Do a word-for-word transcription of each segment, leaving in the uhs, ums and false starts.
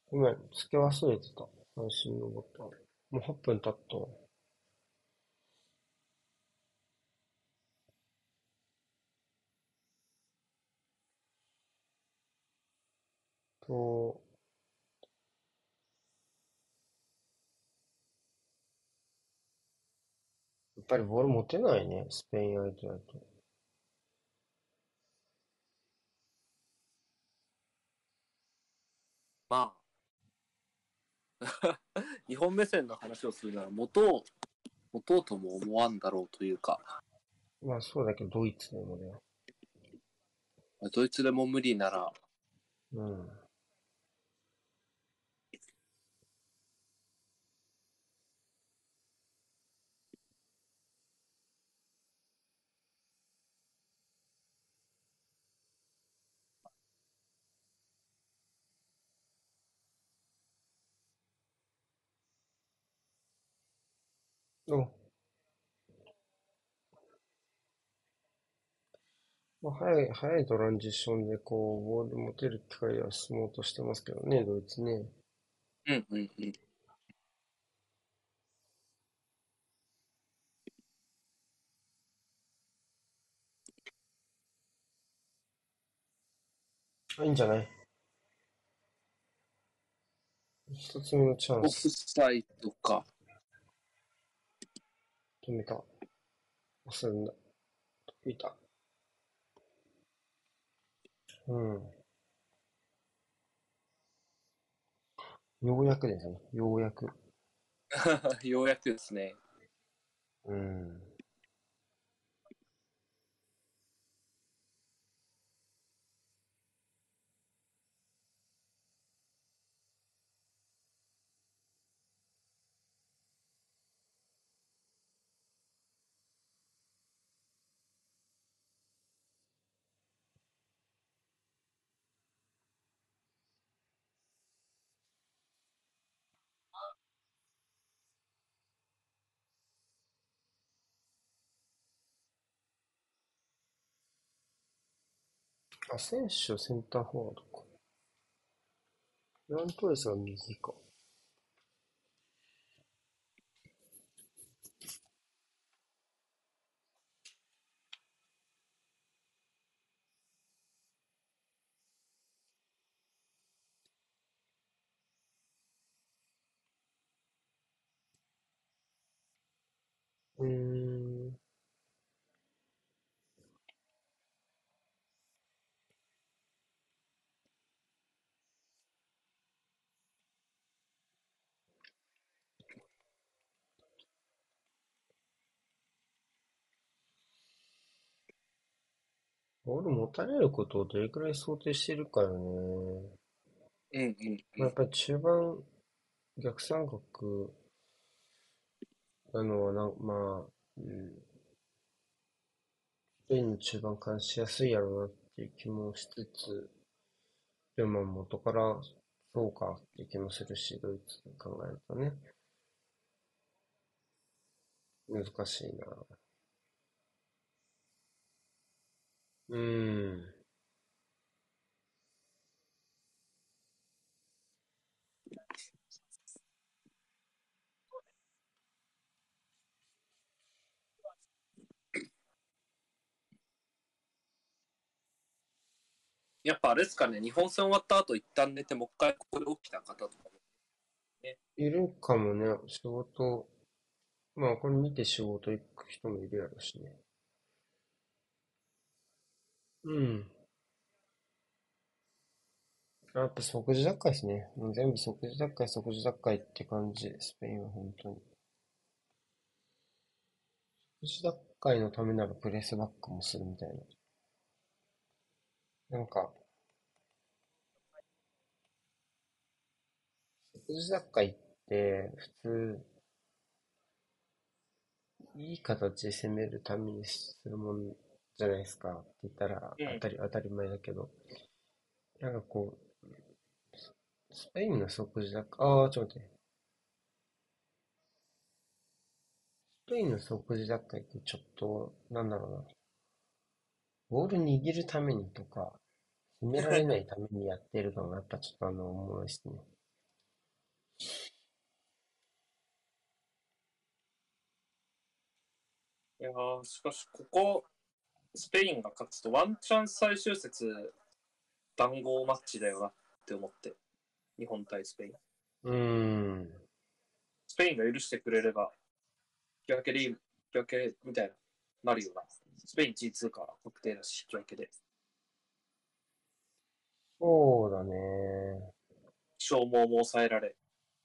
ごめん、つけ忘れてた。配信のボタン。もうはっぷん経ったわ。と、やっぱりボール持てないね、スペイン相手だと。 まあ、日本目線の話をするなら、元を、持とうとも思わんだろうというか、 まあそうだけど、ドイツでもだよ。 ドイツでも無理なら、 うん。お、まあ、早い、早いトランジションでこう、ボール持てる機会は進もうとしてますけどね、ドイツね。 うんうんうん。 あ、いいんじゃない？一つ目のチャンオフス。 サイドか。 止めた。忘れんだ。いた。うん。ようやくですね。ようやく。 ようやくですね。 うん。あ、選手センターフォワードか。フラントレスが右か。うーん。ボール持たれることをどれくらい想定してるかよね。 うんうんうまあ、やん。 っぱり中盤、逆三角なのはな、まあ、うん、スペインの中盤からしやすいやろうなっていう気もしつつ、でもまあ元からそうかっていう気もするし、ドイツで考えるとね、難しいな。うーん。 やっぱあれですかね、日本戦終わった後一旦寝て、もう一回ここで起きた方とかもね。 いるかもね、仕事、まあこれ見て仕事行く人もいるやろしね。うん。やっぱ即時奪回ですね。もう全部即時奪回、即時奪回って感じ。スペインは本当に。即時奪回のためならプレスバックもするみたいな。なんか、即時奪回って普通、いい形で攻めるためにするもんじゃないですかって言ったらうん。 当たり、当たり前だけど。なんかこう、スペインの即時奪回、ああ、ちょっと待って。スペインの即時奪回ってちょっと、なんだろうな。ボール握るためにとか、決められないためにやってるのがやっぱちょっとあの、おもろいですね。 いやー、しかし、ここ、スペインが勝つとワンチャン最終節、談合マッチだよなって思って、日本対スペイン。 うーん。 スペインが許してくれれば、引き分けでいい、引き分けみたいな、なるよな。スペイン ジーツー か確定だし、引き分けで。 そうだね。 消耗も抑えられ、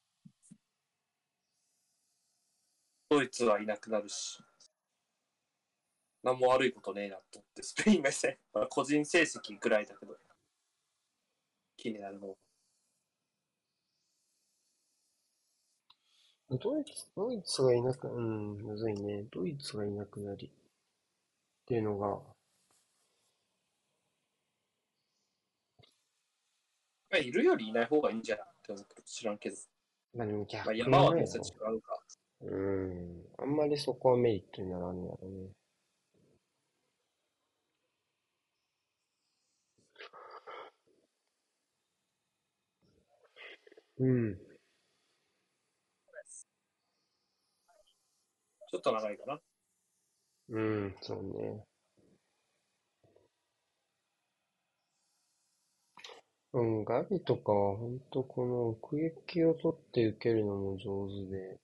ドイツはいなくなるし、何も悪いことねえなと思って、スペイン目線、まあ、個人成績ぐらいだけど、気になるの。 ドイツ、ドイツがいなく、うん、むずいね。ドイツがいなくなりっていうのが、 まあ、いるよりいない方がいいんじゃないって思うけど、知らんけど。 まあでもまあ、 逆山はどうせ違よね。 うか。 うん。あんまりそこはメリットにならんやろね。うん。 ちょっと長いかな。 うん、そうね。うん、ガビとかは本当この奥行きを取って受けるのも上手で、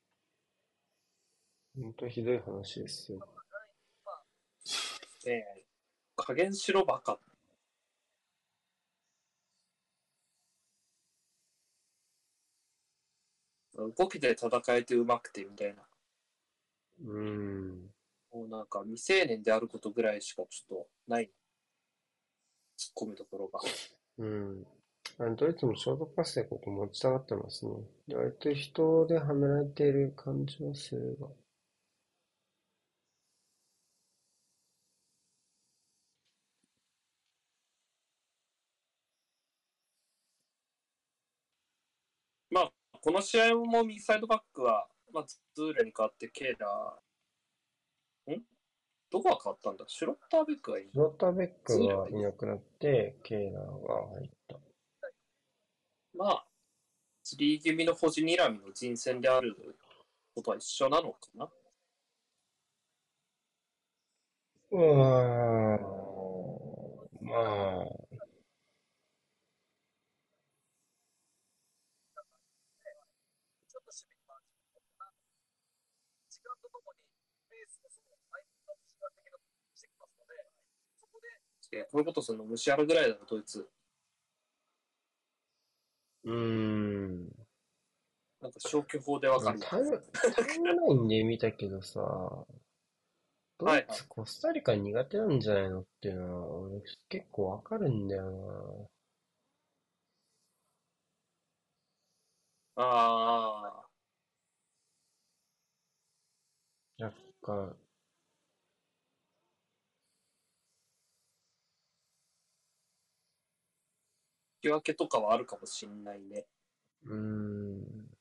本当ひどい話ですよ。 ねえ、加減しろバカ。動きで戦えてうまくてみたいな。 うん。 もうなんか未成年であることぐらいしかちょっとない。突っ込むところが。 うん。あのドイツもショートパスでここ持ちたがってますね。で割と人ではめられている感じはするが。 まあ、この試合も右サイドバックは、まあ、ズーレに変わってケーラー、んどこが変わったんだシュロッターベックがいいのローターベックズーレはいい。 がいなくなって、ケイラーが入った。 まあ、スリー気味の保持睨みの人選であることは一緒なのかな。 うーん。まあ、 えこういうことするの虫あるぐらいだろ、ドイツ。 うーん。 なんか消去法でわかるよ。 タイム、タイムラインで見たけどさ、ドはいはい。 イツ、コスタリカ苦手なんじゃないのっていうのは、俺結構わかるんだよああ、 な。なんか、 引き分けとかはあるかもしんないね。 うーん。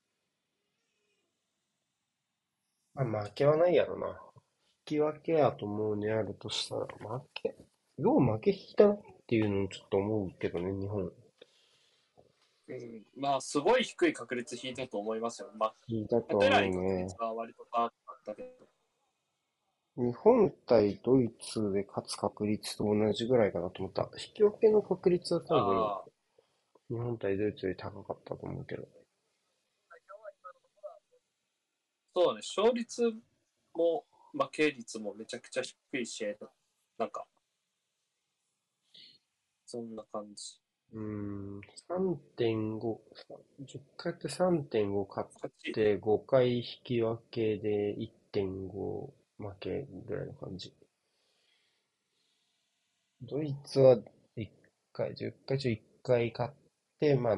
まあ、負けはないやろな。引き分けやと思うね、あるとしたら。負け、よう負け引いたなっていうのをちょっと思うけどね、日本。 うん、まあ、すごい低い確率引いたと思いますよ。まあ、 引いたと勝てな思うい確率ね。 は割と高かったけど。 日本対ドイツで勝つ確率と同じぐらいかなと思った。引き分けの確率は多分、 ああ、 日本対ドイツより高かったと思うけど。 そうだね。勝率も負け率もめちゃくちゃ低い試合だ。なんか、そんな感じ。 うーん、さんてんご、じゅっかいやってさんてんご勝っ勝ち。 てごかい引き分けでいってんご負けぐらいの感じ。ドイツはいっかい、じゅっかい中いっかい勝って、まあ、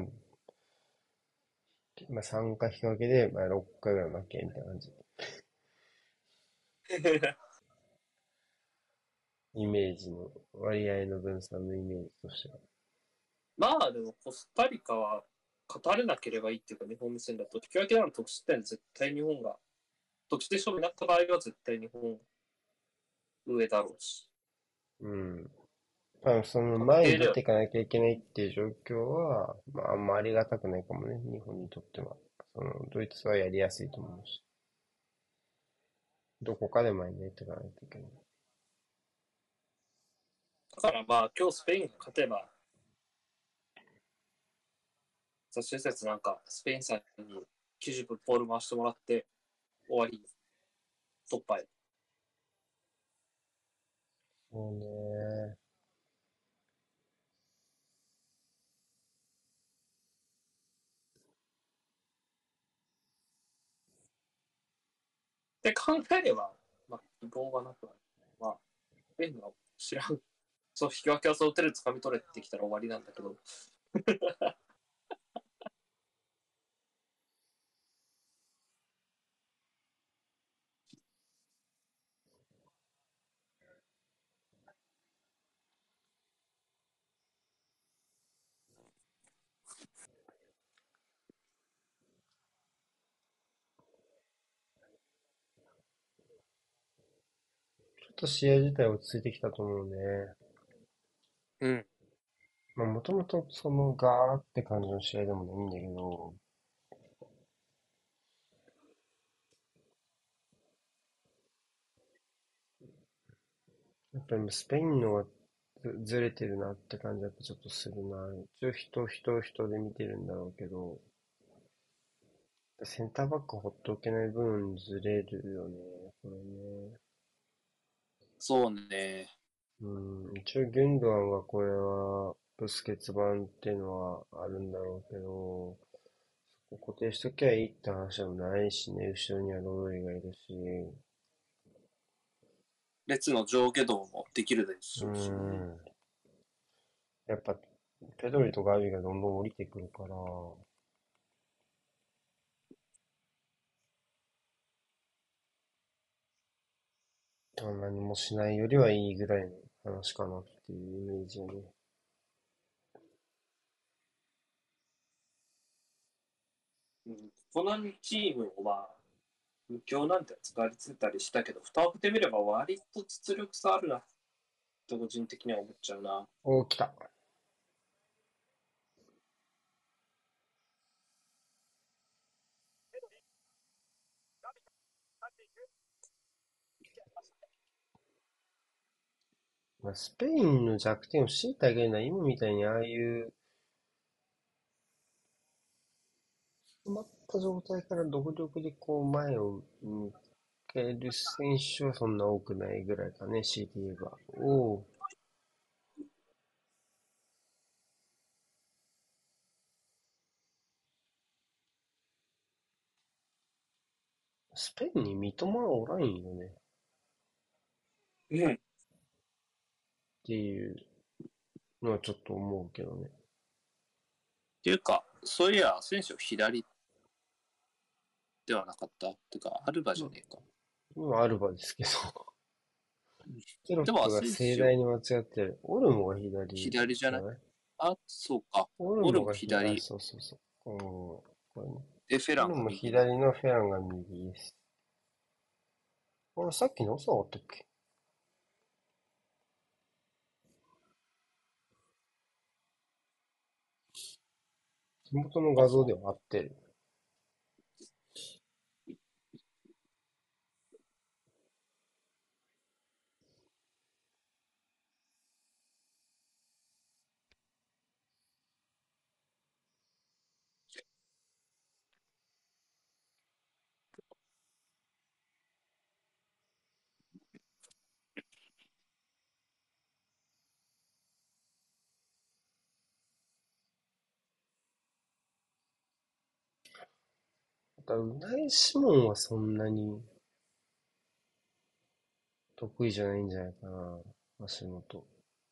まあ、さんかい引き分けで、まあ、ろっかいぐらい負けみたいな感じ。イメージの、割合の分散のイメージとしては。 まあ、でもコスタリカは勝たれなければいいっていうか、日本目線だと、引き分けなら得失点絶対日本が、得失点勝負になった場合は絶対日本上だろうし。 うん。 まあ、その確前に定だよね。 出ていかなきゃいけないっていう状況は、まあ、あんまありがたくないかもね、日本にとっては。その、ドイツはやりやすいと思うし、どこかで前に出ていかないといけない。 だからまあ、今日スペインが勝てば、最終節なんか、スペインさんにきゅうじゅっぷんボール回してもらって終わり、突破へ。 そうね。 で考えれば、まあ、希望がなくはない。まあ、スペインが知らん、そう、引き分けはそうテレ掴み取れってきたら終わりなんだけど、 ちょっと試合自体落ち着いてきたと思うね。 うん。 まあ、もともとそのガーって感じの試合でもないんだけど、やっぱりスペインのがずずれてるなって感じはやっぱちょっとするな。一応人、人、人で見てるんだろうけど、センターバックほっとけない分ずれるよね、これね。 そうね。 うん、一応ギュンドアンはこれはブスケツ版っていうのはあるんだろうけど、そこ固定しときゃいいって話でもないしね、後ろにはロドリがいるし、 列の上下動もできるでしうょうしね。 ん、やっぱペドリとガビがどんどん降りてくるから、まあ何もしないよりはいいぐらいの話かなっていうイメージよね。 うん、このチームは、無強なんて使われてたりしたけど、蓋を開けてみれば割と実力差あるなって個人的には思っちゃうな。 おー、来た。まあ、スペインの弱点を強いてあげるのは今みたいにああいう止まった状態から独力でこう前を向ける選手はそんな多くないぐらいかね、強いて言えば。おお、スペインに三笘はおらんよねうん。 っていうのはちょっと思うけどね。 っていうか、そういや、選手左ではなかったっていうか、アルバじまあ、 ゃねえか。 今アルバですけど、テロッでも、アプがセンシオ、 盛大に間違ってる。オルモが左左じゃないじゃない？ あ、そうか。 オルオルモが左、あ、 も左。 そうそうそう。うん、これね。 で、フェランオルモが右ね。 左のフェランが右です。これさっきの嘘だったっけ？手元のあ、 画像でそは合ってる。あとは、ウナイシモンはそんなに得意じゃないんじゃないかな。足元。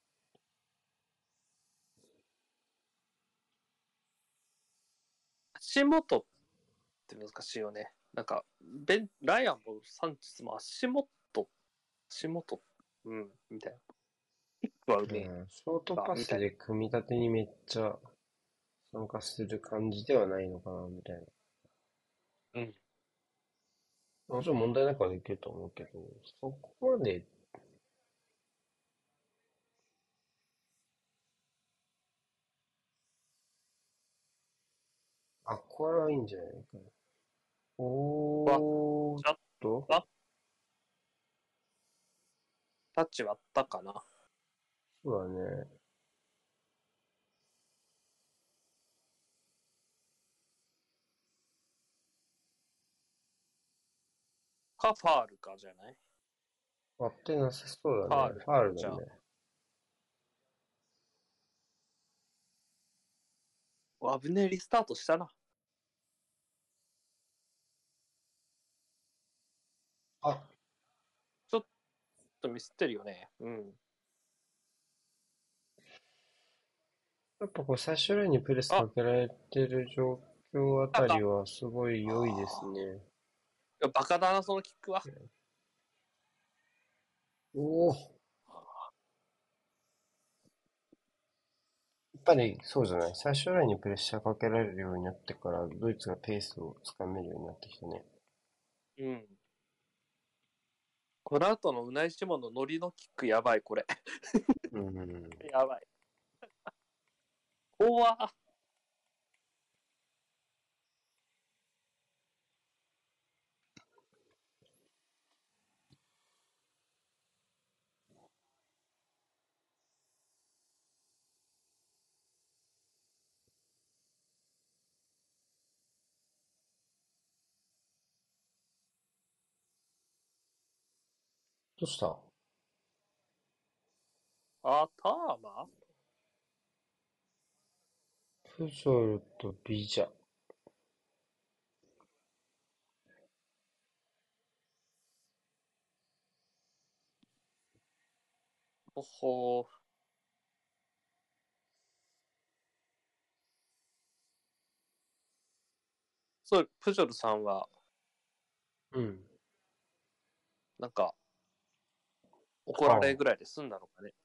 う。足元って難しいよね。なんか、ベン、ライアンもサンチェスも足元、足元、うん、みたいな。キックはうめえうん、ショートか、 パスみたいで組み立てにめっちゃ参加する感じではないのかな、みたいな。 な。うん。 もちろん問題なくはできると思うけど、そこまであ、これはいいんじゃないかな。 わ、 おーっちょっと、 と、タッチ割ったかな。 そうだね。 か、ファールかじゃない？ 割ってなさそうだね。 ファール、 ファールだじゃあ。 ね。 危ねえ、リスタートしたな。 あ、 ちょっとミスってるよね。うん。 やっぱこう最終ラインにプレスあ、 かけられてる状況あたりなんか、 はすごい良いですあね。 ーいやバカだな、そのキックは。 おお、やっぱりそうじゃない。最終ラインにプレッシャーかけられるようになってから、ドイツがペースをつかめるようになってきたね。 うん。この後のウナイシモンのノリのキックやばい、これ。 うん。 やばい。怖っ。 どうした？ あ、ターマプジョルとビジャ。 ほほー。そう、プジョルさんは、 うん。 なんか、怒あられぐあ、 らいで済んだのかね。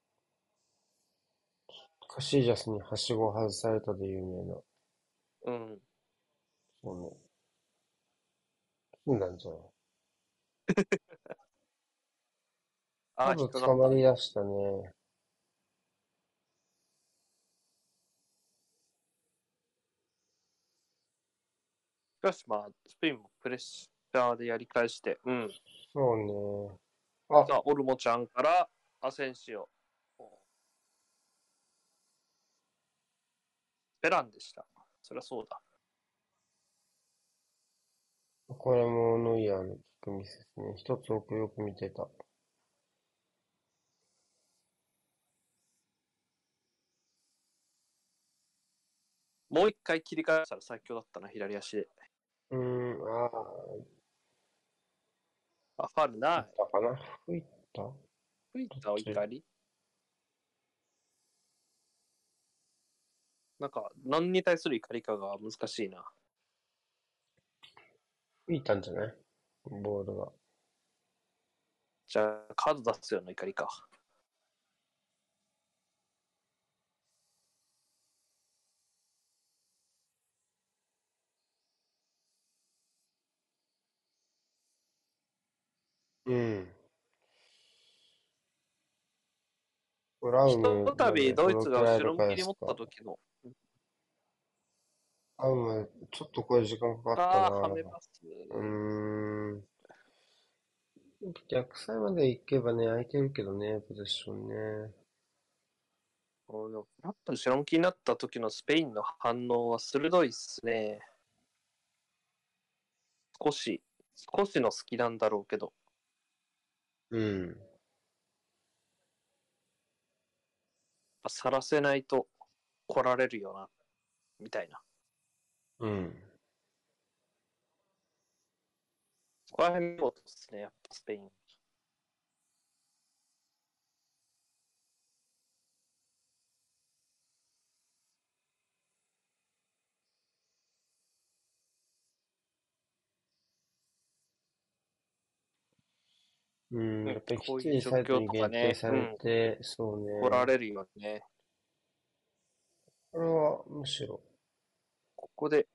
カシージャスにはしごを外されたで有名な。 うん。 そうね。済んだんじゃない？ ああ、引っ多分捕かかった。 まりだしたね。 しかしまあ、スペインもプレッシャーでやり返して、うん。 そうね。あ、 さあ、オルモちゃんからアセンシオ。ペランでした。そりゃそうだ。 これもノイアーのキックミスですね。一つ奥よく見てた。 もう一回切り返したら最強だったな、左足で。 うーん、ああ、 あ、ファールない。 吹いたかな？吹いた？ど吹いたおっち？ 怒りなんか、何に対する怒りかが難しいな。 吹いたんじゃない？ボールが。 じゃあ、カード出すような怒りか。 うん。ラウひとムまたびドイツでほどけが後ろ向られるかきに持ったですか？ 時の、 ラウム、ちょっとこれ時間かかったああ、はな。 めます。 うーん。逆サイまで行けばね、空いてるけどね、ポゼッションね。 やっぱ後ろ向きになった時のスペインの反応は鋭いっすね。少し、少しの隙なんだろうけど、 うん。 さらせないと来られるよな、みたいな。 うん。 そこら辺見事ですね、やっぱスペイン。 うん。 うん、 やっぱりきっちこういう状りサイトに況とかね、 限定さうん、 れて、そうね。 来られるよね。 これはむしろ、 ここで、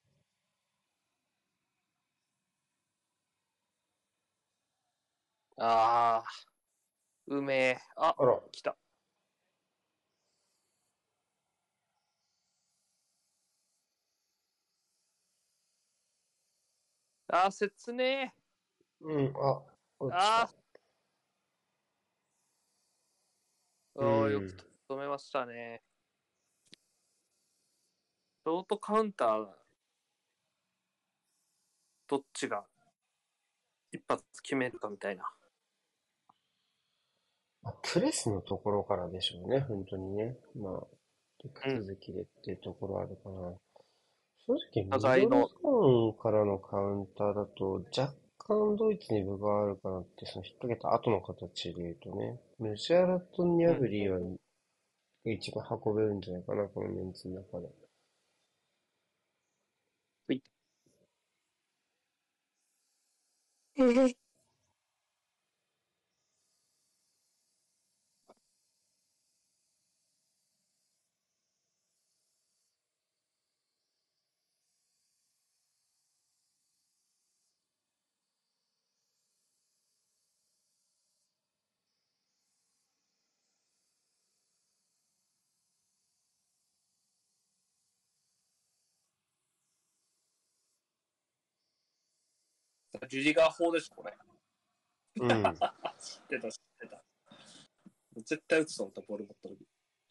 ああ、うめえ。あ、 あら、 来た。 あー、切ねうん、あ、落ちあた。 ー。 うああ、よくん。 止めましたね。ショートカウンター、どっちが一発決めるかみたいな。 まあプレスのところからでしょうね、本当にね。まあ、 うん。 続きでっていうところあるかな。正直、 おミドルゾ互いの、 ーンからのカウンターだと、若干ドイツに分があるかなって、その引っ掛けた後の形で言うとね、ムシアラとニうん、 ャブリは一番運べるんじゃないかな、このメンツの中で。 ジュリガー法です、これ。 うん。 知ってた、知ってた。絶対打つと思った、ボール持った時。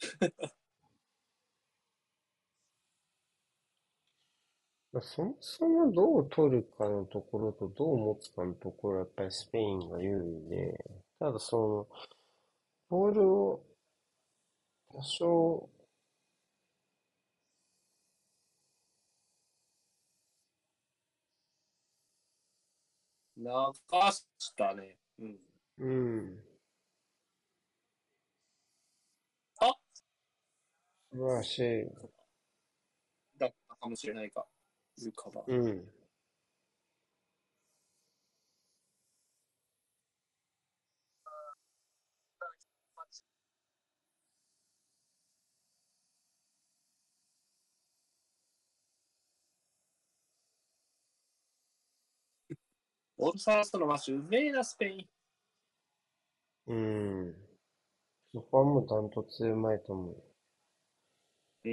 まあそもそもどう取るかのところとどう持つかのところはやっぱりスペインが有利で、ただその、ボールを多少、 流したね。うん。 うん、 あ素晴らしい。 だったかもしれないか。いうかば。 うん。 オールサーストのマッシュ、うめえな、スペイン。 うん。そこはもうダントツうまいと思う。 うん。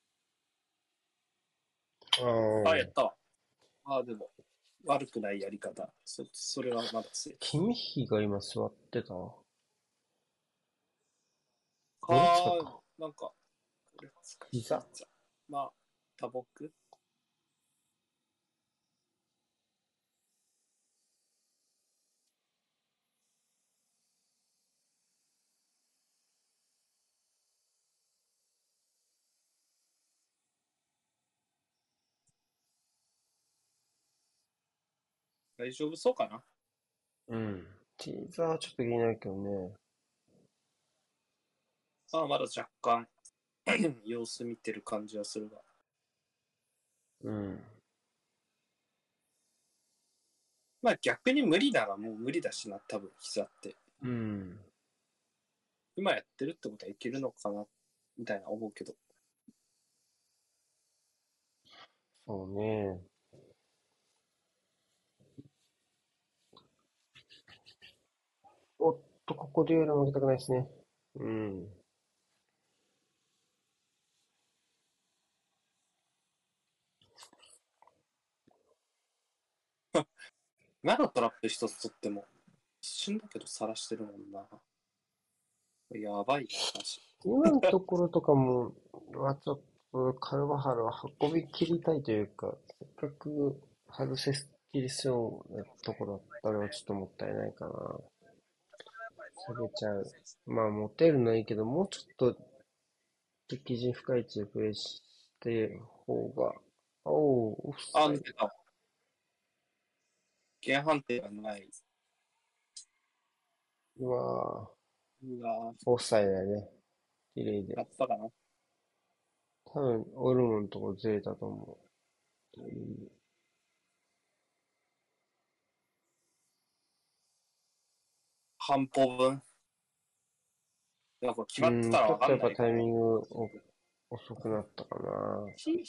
あ、やっああ、 たわ。あ、でも、悪くないやり方。そ、それはまだセーフ。 キミヒが今座ってたゴレツカあー、 か。 なんか、これ使い膝。 ざ。まあ、多木大丈夫そうかな。 うん。膝はちょっと気になるけどね。 ああ、まだ若干様子見てる感じはするが。 うん。 まあ逆に無理ならもう無理だしな、多分膝って。 うん。 今やってるってことはいけるのかな、みたいな思うけど。 そうね。おっと、ここでやら負けたくないですね。うん。 まだトラップ一つ取っても、一瞬だけど晒してるもんな。やばいな、マジ。 今のところとかも、はちょっとカルバハルは運び切りたいというか、せっかく外せきりそうなところだったのはちょっともったいないかな。下げちゃう。まあ、持てるのはいいけど、もうちょっと敵陣深い位置でプレイして方が、おう、オフあ、 サイ抜けた。原判定がない。 ド。うわぁ、 うわぁ、 オフサイドだね。綺麗で。 やったかな。 多分、オルモのとこずれたと思う。 半歩分。いや、これ決うん、 まってたらちょっとやっわかんないから。 ぱタイミングお遅くなったかな。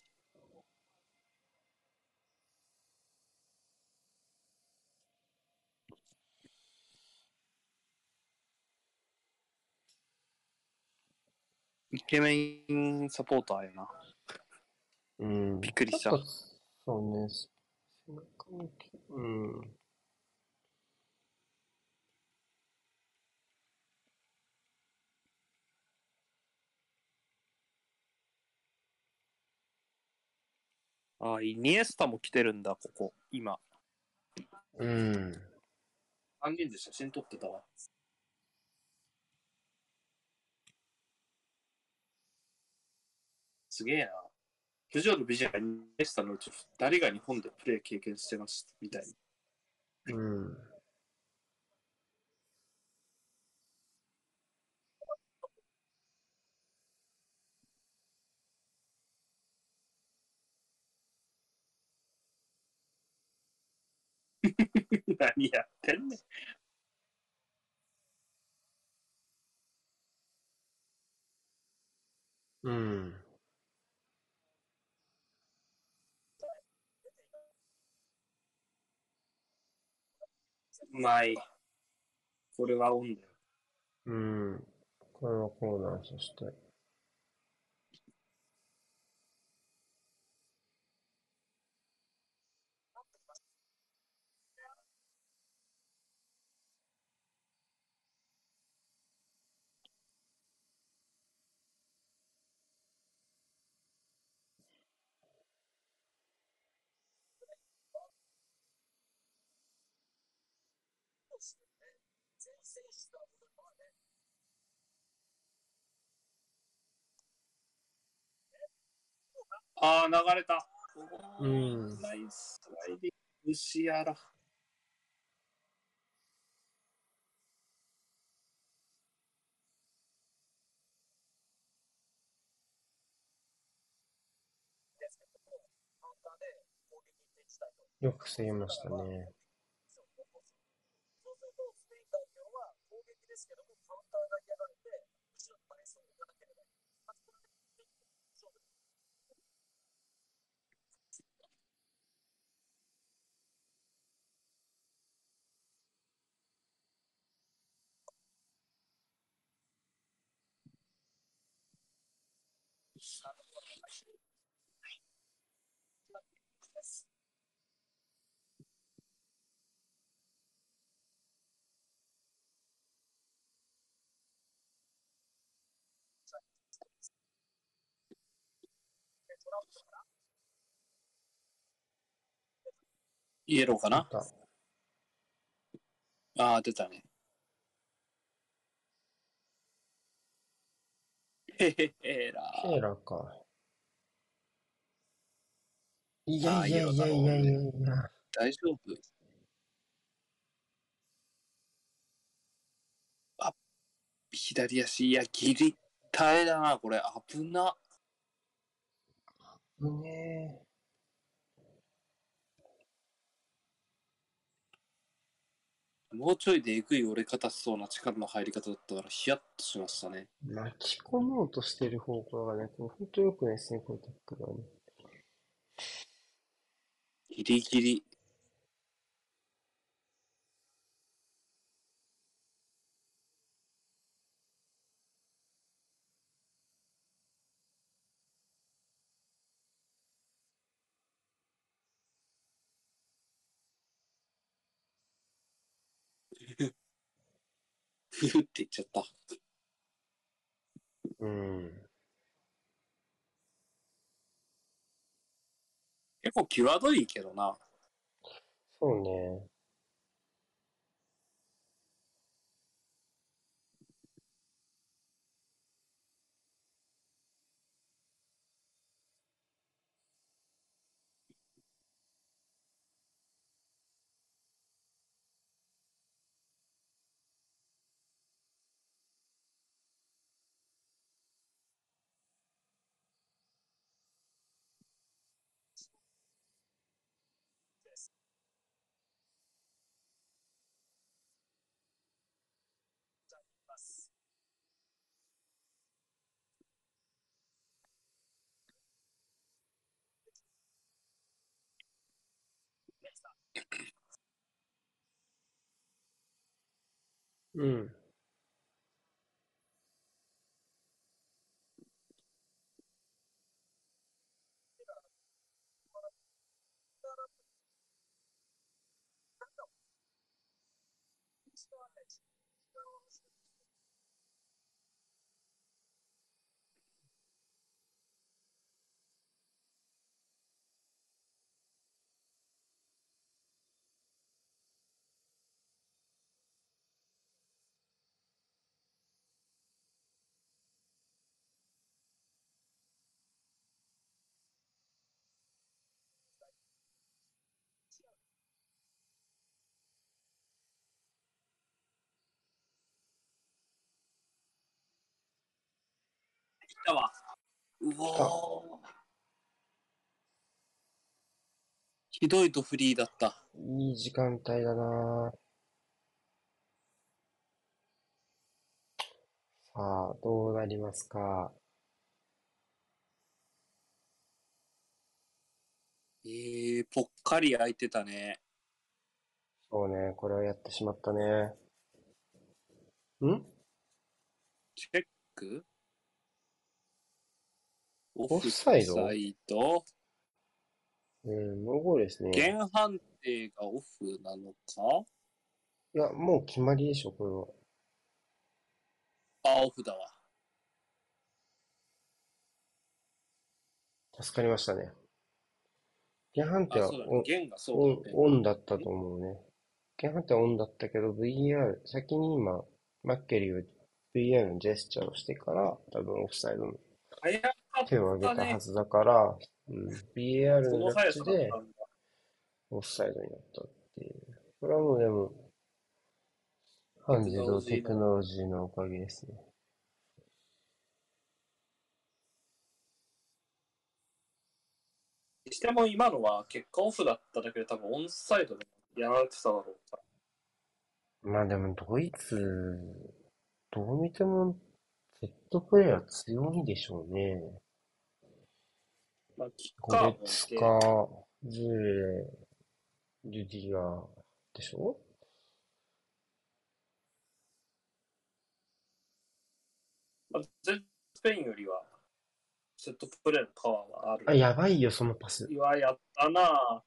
イケメンサポーターやな。 うん、 びっくりした。 ちょっと、そうね、背中うん。 ああ、イニエスタも来てるんだ、ここ、今。 うん。 三人で写真撮ってたわ。すげえな。プジョル、ビジャー、イニエスタのうちふたりが日本でプレー経験してます、みたいうん。 な。何やってんねん。 うん。 うまい。これはオンだよ。 うん。これはコーナー、そして。 ああ、流れた。 うん。 ナイスライディングシアラ。 よく防ぎましたね。 イエローかな。 出た。 ああ、出たね。へへへら。 ケーラか。いやああ、 いやイエローだいやいやいろうね。 やいや。 大丈夫。あ、左足、いや、ギリ耐えだな、これ。危な。 ねもうちょいでえぐい折れ方しそうな力の入り方だったからヒヤッとしましたね。 え。巻き込もうとしてる方向がね、これ本当良くないですね、こういうタックルはね。 ギリギリ。ふふって言っちゃった。 うん。 結構際どいけどな。 そうね。うん。 たわ。う来た。 おー。ひどいとフリーだった。 いい時間帯だな。さあ、どうなりますか。 えー、ぽっかり空いてたね。 そうね、これをやってしまったね。んチェックオオフフサイド。 サイドうん、ノーゴールですね。 原判定がオフなのか。 いや、もう決まりでしょ、これは。 あ、オフだわ。 助かりましたね。原判定あ、 はそうだね。 オン、 弦がそうオン、 だね。 オンだったとん思うね。原判定はオンだったけど、ブイエーアール、先に今、マッケリーが ブイエーアール のジェスチャーをしてから、多分オフサイドの早かっ手を挙げたはたね。 ずだから、うん、ブイエーアール のジャッその速さだったジでんだ。 オフサイドになったっていう。これはもうでも、半テクノロ自動テジーの。 クノロジーのおかげですね。 にしても今のは結果オフだっただけで多分オンサイドでやられてただろうから。 まあでもドイツ、どう見てもセットプレーは強いでしょうね。 まあ、キッゴレカーもいツて、 カ、ズーレ、リュディガーでしょ。 まあ、全スペインよりはセットプレーのパワーはある。 あ、やばいよ、そのパス。 いわ、やったなぁ。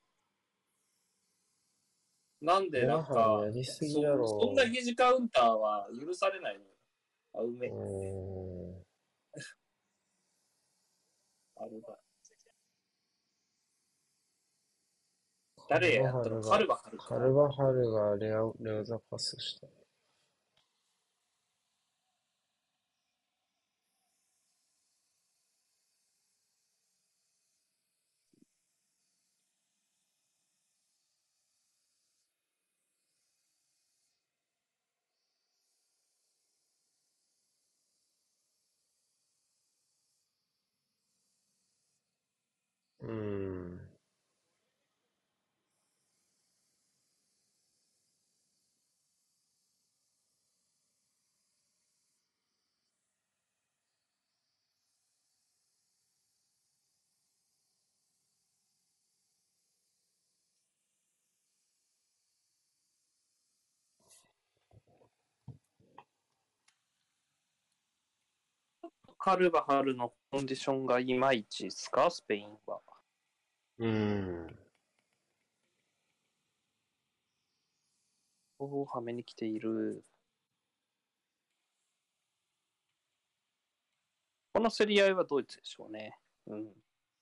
なんでなんヤハルか、 やりすぎだそ、そんなろ疑似カウンターは許されないのよ。あ、うう。 め。 うーん。 あれだ。 カルバ誰やったのハルが、 カルバハルか。 カルバハルがレア、レアザパスした。うーん。 カルバハルのコンディションがいまいちですか、スペインは。 うーん。 おお、はめに来ている。この競り合いはドイツでしょうね。うん。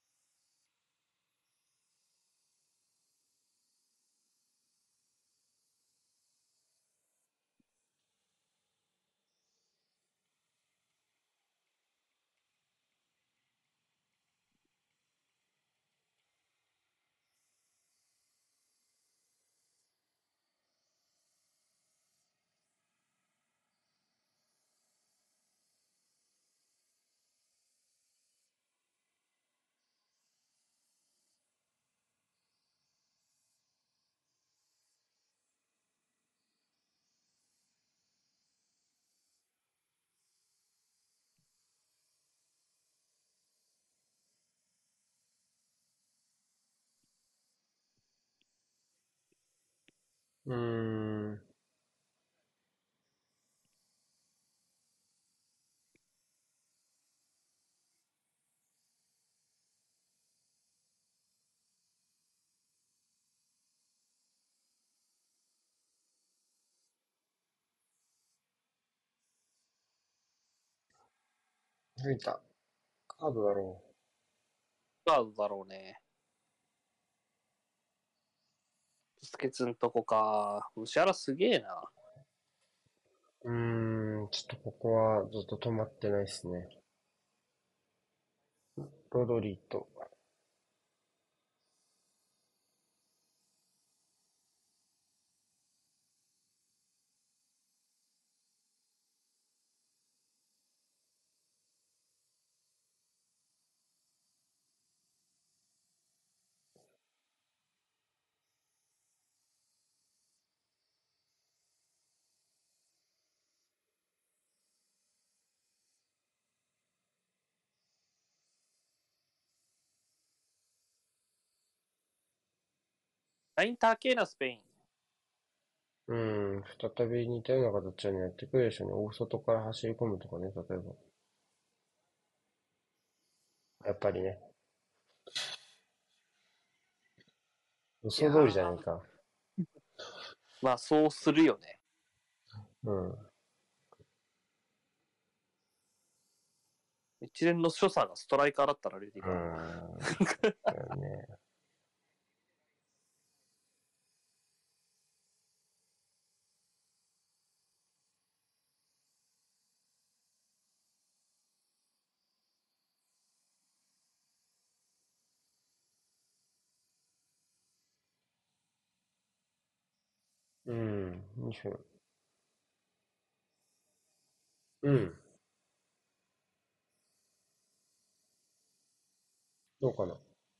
うーん。吹いた。カードだろガードだろうね。ブスケツんとこか。ムシャラすげえな。 う。うーん。ちょっとここはずっと止まってないですね。ロドリと。 ライン高えな、スペイン。 うん、再び似たような形にやってくるでしょうね。大外から走り込むとかね、例えば。やっぱりね。予いや想通りじゃないー、 か。 まあそうするよね。 うん。 一連の所作がストライカーだったらレディうバん。だよね。うん。にふん。うん。どうかな。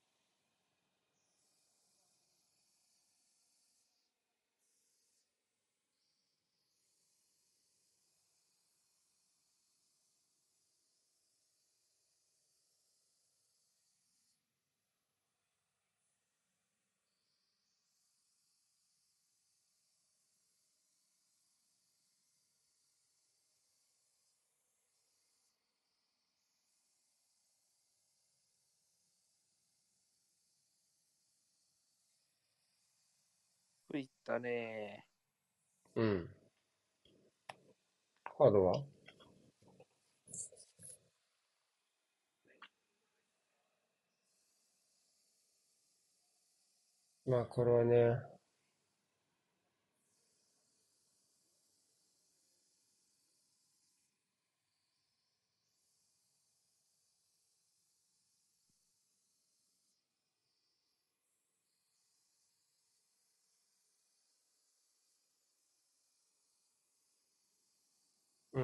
ー。いったねうん。カードはまあ、これはね、うん。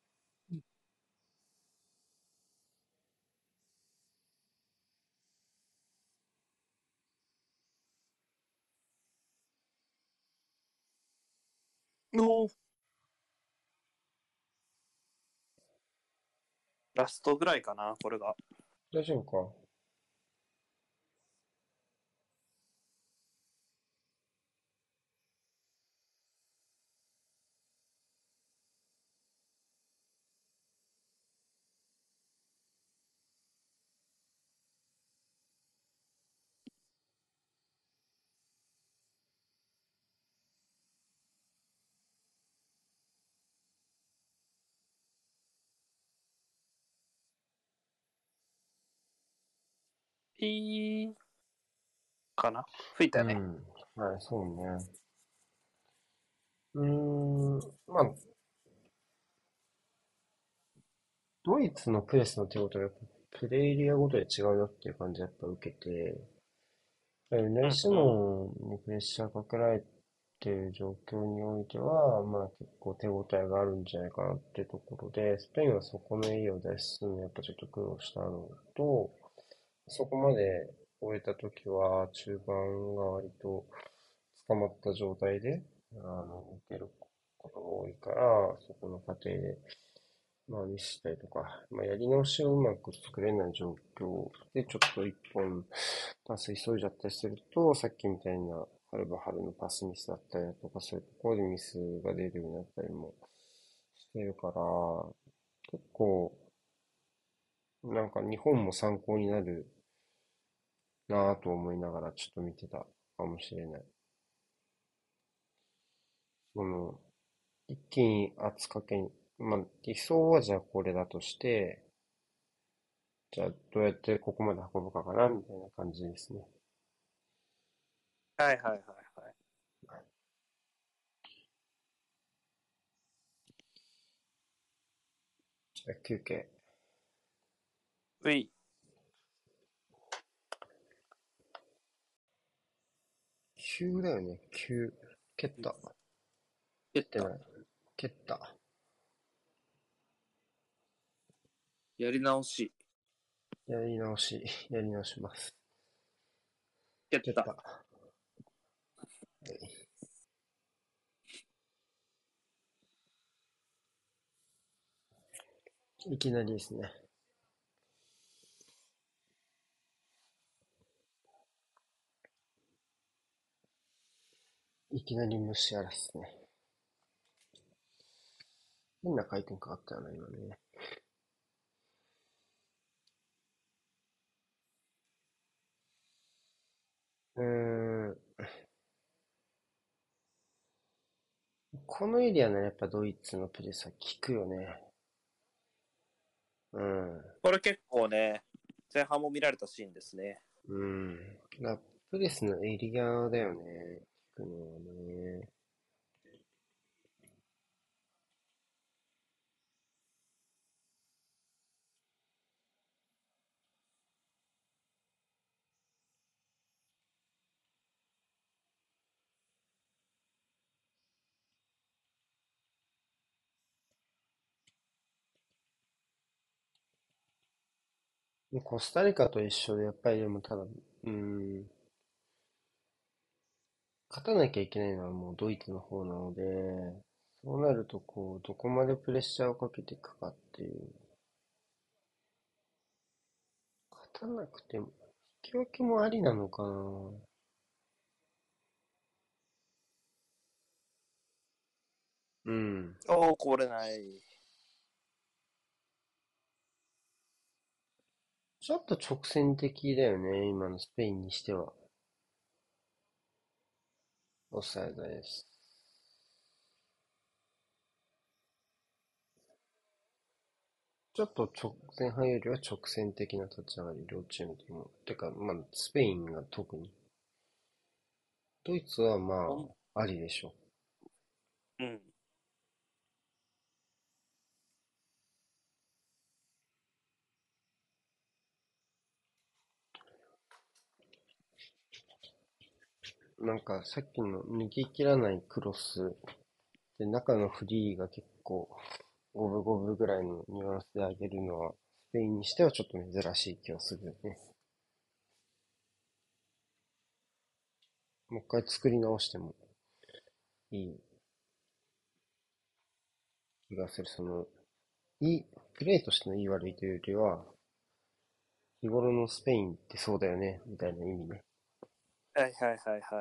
ー。おー、ラストぐらいかな、これが。 大丈夫か。 いいかな。吹いたよね。 うん。はい、そうね。うーん。まあ、ドイツのプレスの手応えは、プレイエリアごとで違うよっていう感じでやっぱ受けて、ユナイシうんうん。 モンにプレッシャーかけられている状況においては、まあ結構手応えがあるんじゃないかなっていうところで、スペインはそこのエリアを脱出するのにやっぱちょっと苦労したのと、そこまで終えた時は中盤が割と捕まった状態で、あの、受けることが多いから、そこの過程でまあ、ミスしたりとか、まあ、やり直しをうまく作れない状況で、ちょっと一本パス急いじゃったりすると、さっきみたいな、ハルバハルのパスミスだったりだとか、そういうところでミスが出るようになったりもしてるから、結構、なんか日本も参考になるなぁと思いながらちょっと見てたかもしれない。その、一気に圧かけに、まあ、理想はじゃあこれだとして、じゃあどうやってここまで運ぶかかなみたいな感じですね。 はいはいはいはい。 じゃあ休憩。 うい。 きゅうだよね、きゅう。蹴った。蹴蹴った。 ってない。蹴った。 やり直し。 やり直し、やり直します。 蹴った。 蹴った。いきなりですね。 いきなり虫やらっすね。変な回転かかったよな、今ね。うーん。このエリアのやっぱドイツのプレスは効くよね。うん。 これ結構ね、前半も見られたシーンですね。 うん。ラプレスのエリアだよね。効くのはね。コスタリカと一緒で、やっぱりでもただ、うん、勝たなきゃいけないのはもうドイツの方なので、そうなるとこう、どこまでプレッシャーをかけていくかっていう。勝たなくても、引き分けもありなのかな。うん。 おー、こぼれない。 ちょっと直線的だよね、今のスペインにしては。オフサイドです。ちょっと直前半よりは直線的な立ち上がり、両チームとも。てか、まあ、スペインが特に。ドイツはほん、 まあ、ありでしょうん。 う。なんか、さっきの逃げ切らないクロスで、中のフリーが結構、五分五分ぐらいのニュアンスで上げるのは、スペインにしてはちょっと珍しい気がするよね。もう一回作り直してもいい気がする。その、いい、プレーとしてのいい悪いというよりは、日頃のスペインってそうだよね、みたいな意味ね。 はいはいはいはい。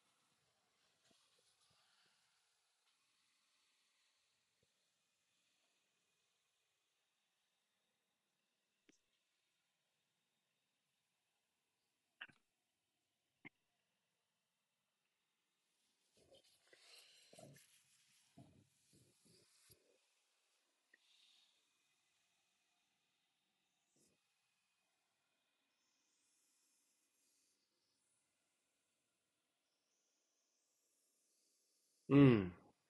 うん。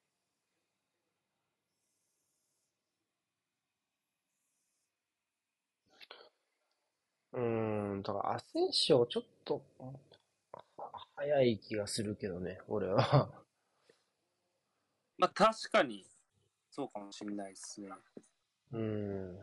うーん、だからアセンシオちょっと早い気がするけどね、俺は。 まあ確かに、そうかもしれないですね。 うーん。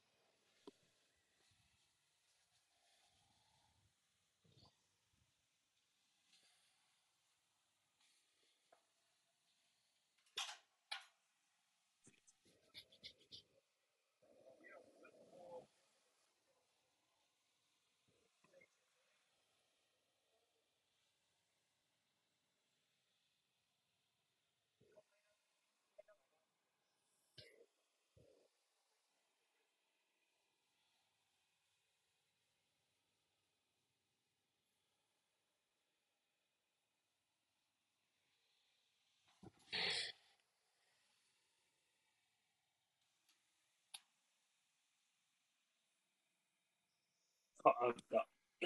あ、あった。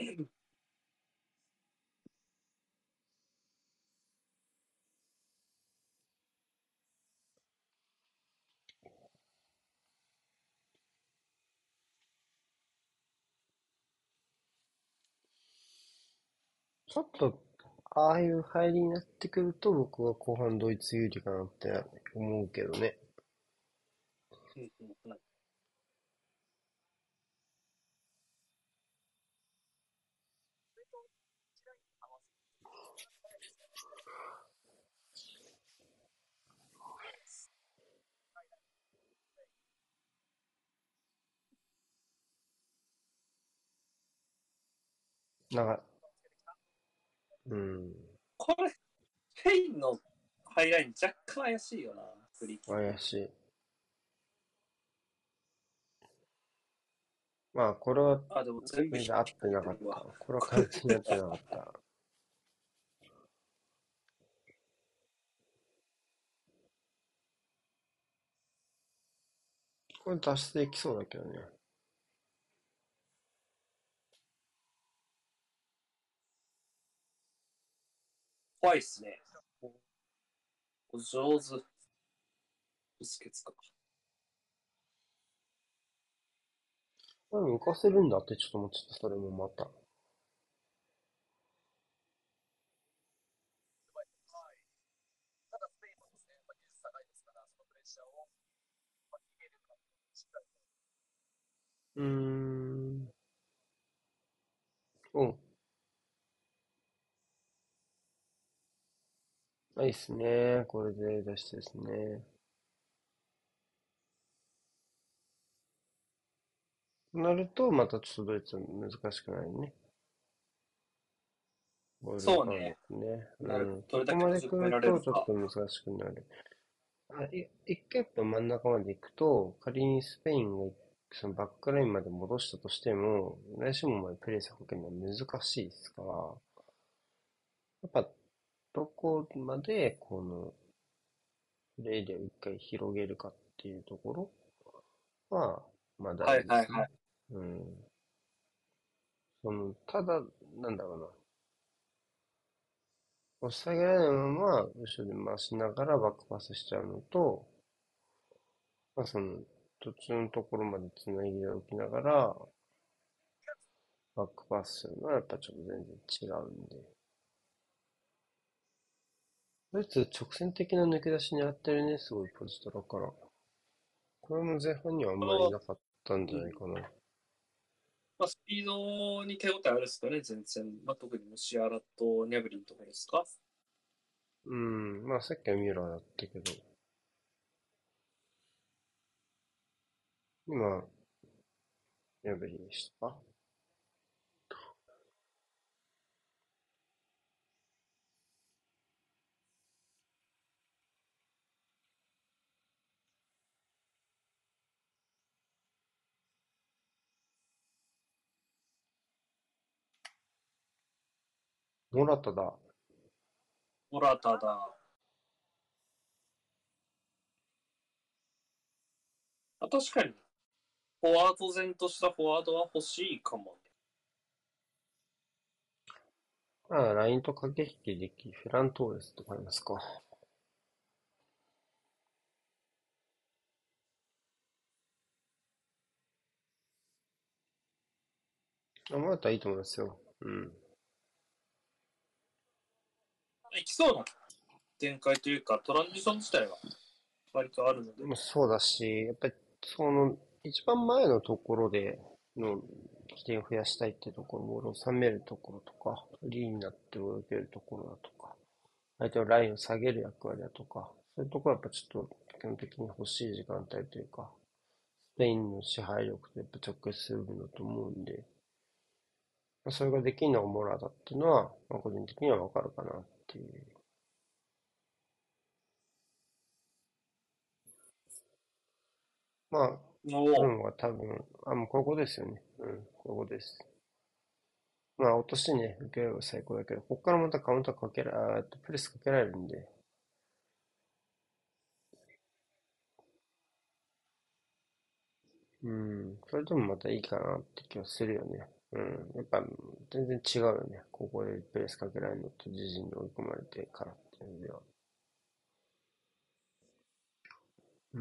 ちょっと、ああいう入りになってくると、僕は後半ドイツ有利かなって思うけどね。 うんうんうん。 なんか、うん。 これ、 ペインのハイライン若干怪しいよな、フリーキック。 怪しい。まあ、これはあ、でも全部全引然合ってなかった。 いてるわ。 これは完全に合ってなかった。これ脱出できそうだけどね。 怖いっすね。お上手。ブスケツか。 これ浮かせるんだってちょっと思っちゃった、それもまた。うーん。おう。いいっすね。これで出してですね。なると、またちょっとドイツ難しくないね。ボール奪うのっそうね。 てね。うなるん。 どれだけそこまで閉じ込められ来ると、ちょっるか。 と難しくなる。あ、い、一回やっぱ真ん中まで行くと、仮にスペインがそのバックラインまで戻したとしても、来週もまでプレーさかけるのは難しいですから、やっぱどこまでこのプレーで一回広げるかっていうところは、まあ大はい事ですね。 はいはい。 うん。その、ただ、なんだろうな。押し下げられないまま、後ろで回しながらバックパスしちゃうのと、まあその、途中のところまで繋ぎで置きながら、バックパスするのはやっぱちょっと全然違うんで。ドイツ直線的な抜け出し狙ってるね、すごいポジトラから。これも前半にはあんまりなかったんじうん。 ゃないかな。 まあ、スピードに手応えあるっすかね、全然。まあ、特にムシアラとニャブリンとかですか。 うん、まあさっきはミュラーだったけど、今、エブリンでしたか？モラタだ。 モラタだ。あ、確かに、フォワード前としたフォワードは欲しいかもね。 ああ、ラインと駆け引きでき、フェラントーレスとかありますか。あ、モラタいいと思いますよ。うん。 いきそうな展開というか、トランジション自体は割とあるので。 もうそうだし、やっぱり、その、一番前のところでの起点を増やしたいっていうところ、ボールを収めるところとか、フリーになって泳げるところだとか、相手のラインを下げる役割だとか、そういうところはやっぱちょっと基本的に欲しい時間帯というか、スペインの支配力とやっぱ直結するんだと思うんで、まあ、それができるのがモラだっていうのは、まあ、個人的にはわかるかなっていう。まあ、ブルおお、 ームは多分、あ、もうこういうことですよね。うん、こういうことです。まあ、落としてね、受ければ最高だけど、ここからまたカウンターかけら、あーっとプレスかけられるんで、うん、それでもまたいいかなって気はするよね。うん、やっぱ全然違うよね。ここでプレスかけられるのと自陣に追い込まれてからっていうのでは。うん。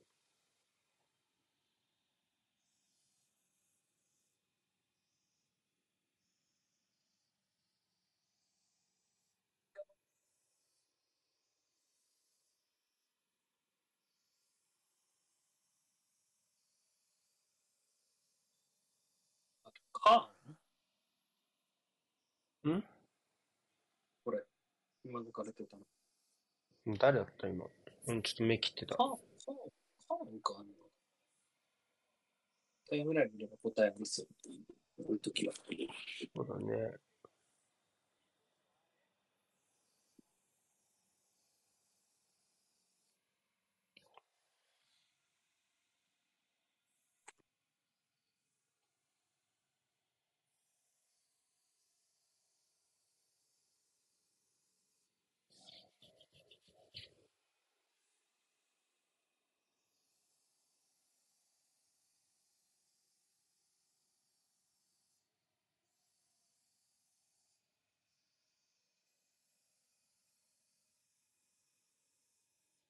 カーンんこれ、今抜かれてたの。 誰だった今。うん、ちょっと目切ってた。 カーン、カーン、カーンかな。タイムライン見れば答えありそうっていう、こういう時は。 そうだね。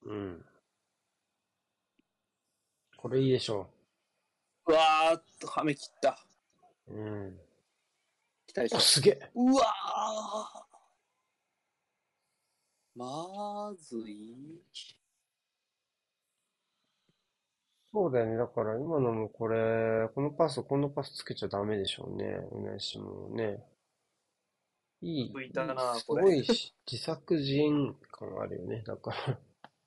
うん。これいいでしょうわーっと、はめ切った。 う。うん。お、 来たでしょ。 すげえ。 うわーまずい。 そうだよね。だから今のもこれ、このパス、このパスつけちゃダメでしょうね。うなしもね。いい、 浮いいい、 たな、 すこれ。 ごいし、自作自演感あるよね。だから。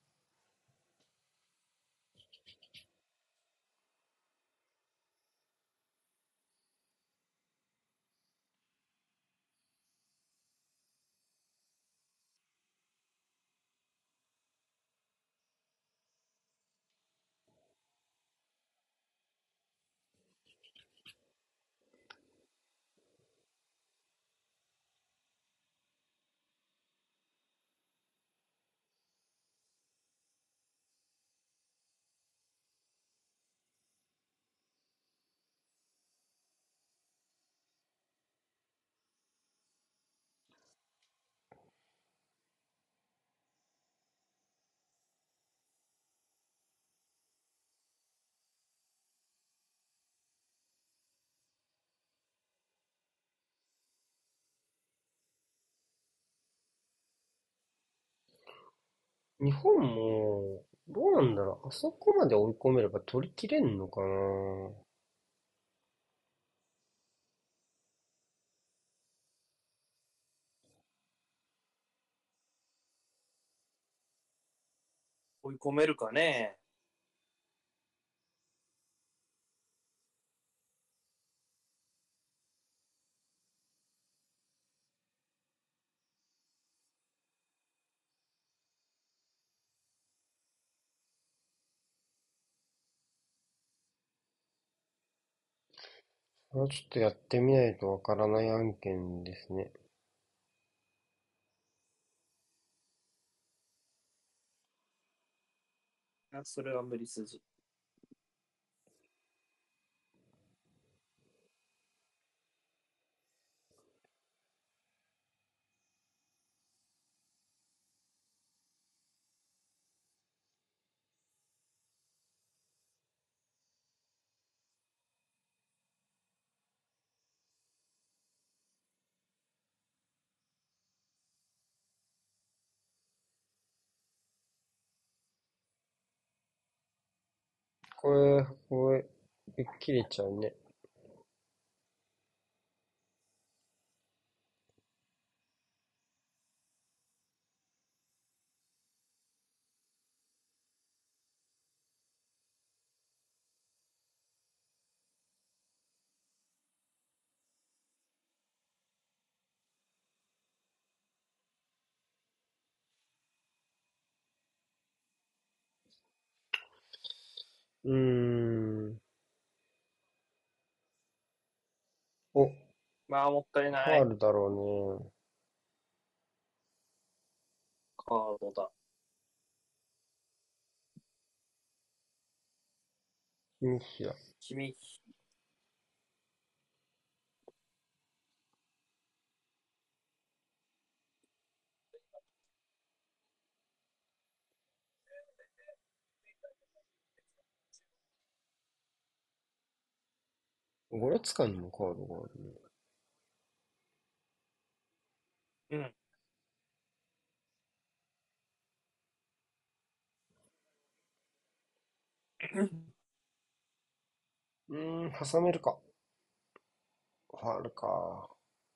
日本も、どうなんだろう。あそこまで追い込めれば取り切れんのかな。 追い込めるかね。 これはちょっとやってみないとわからない案件ですね。 あそれは無理筋。 これ、これ、切れちゃうね。うーん。お、 まあ、もったいない。 ファールだろカードだ。 うね。ミヒだ。 君、 ゴレツカにもカードがあるね。 うん。 うーん、挟めるか。ファールか。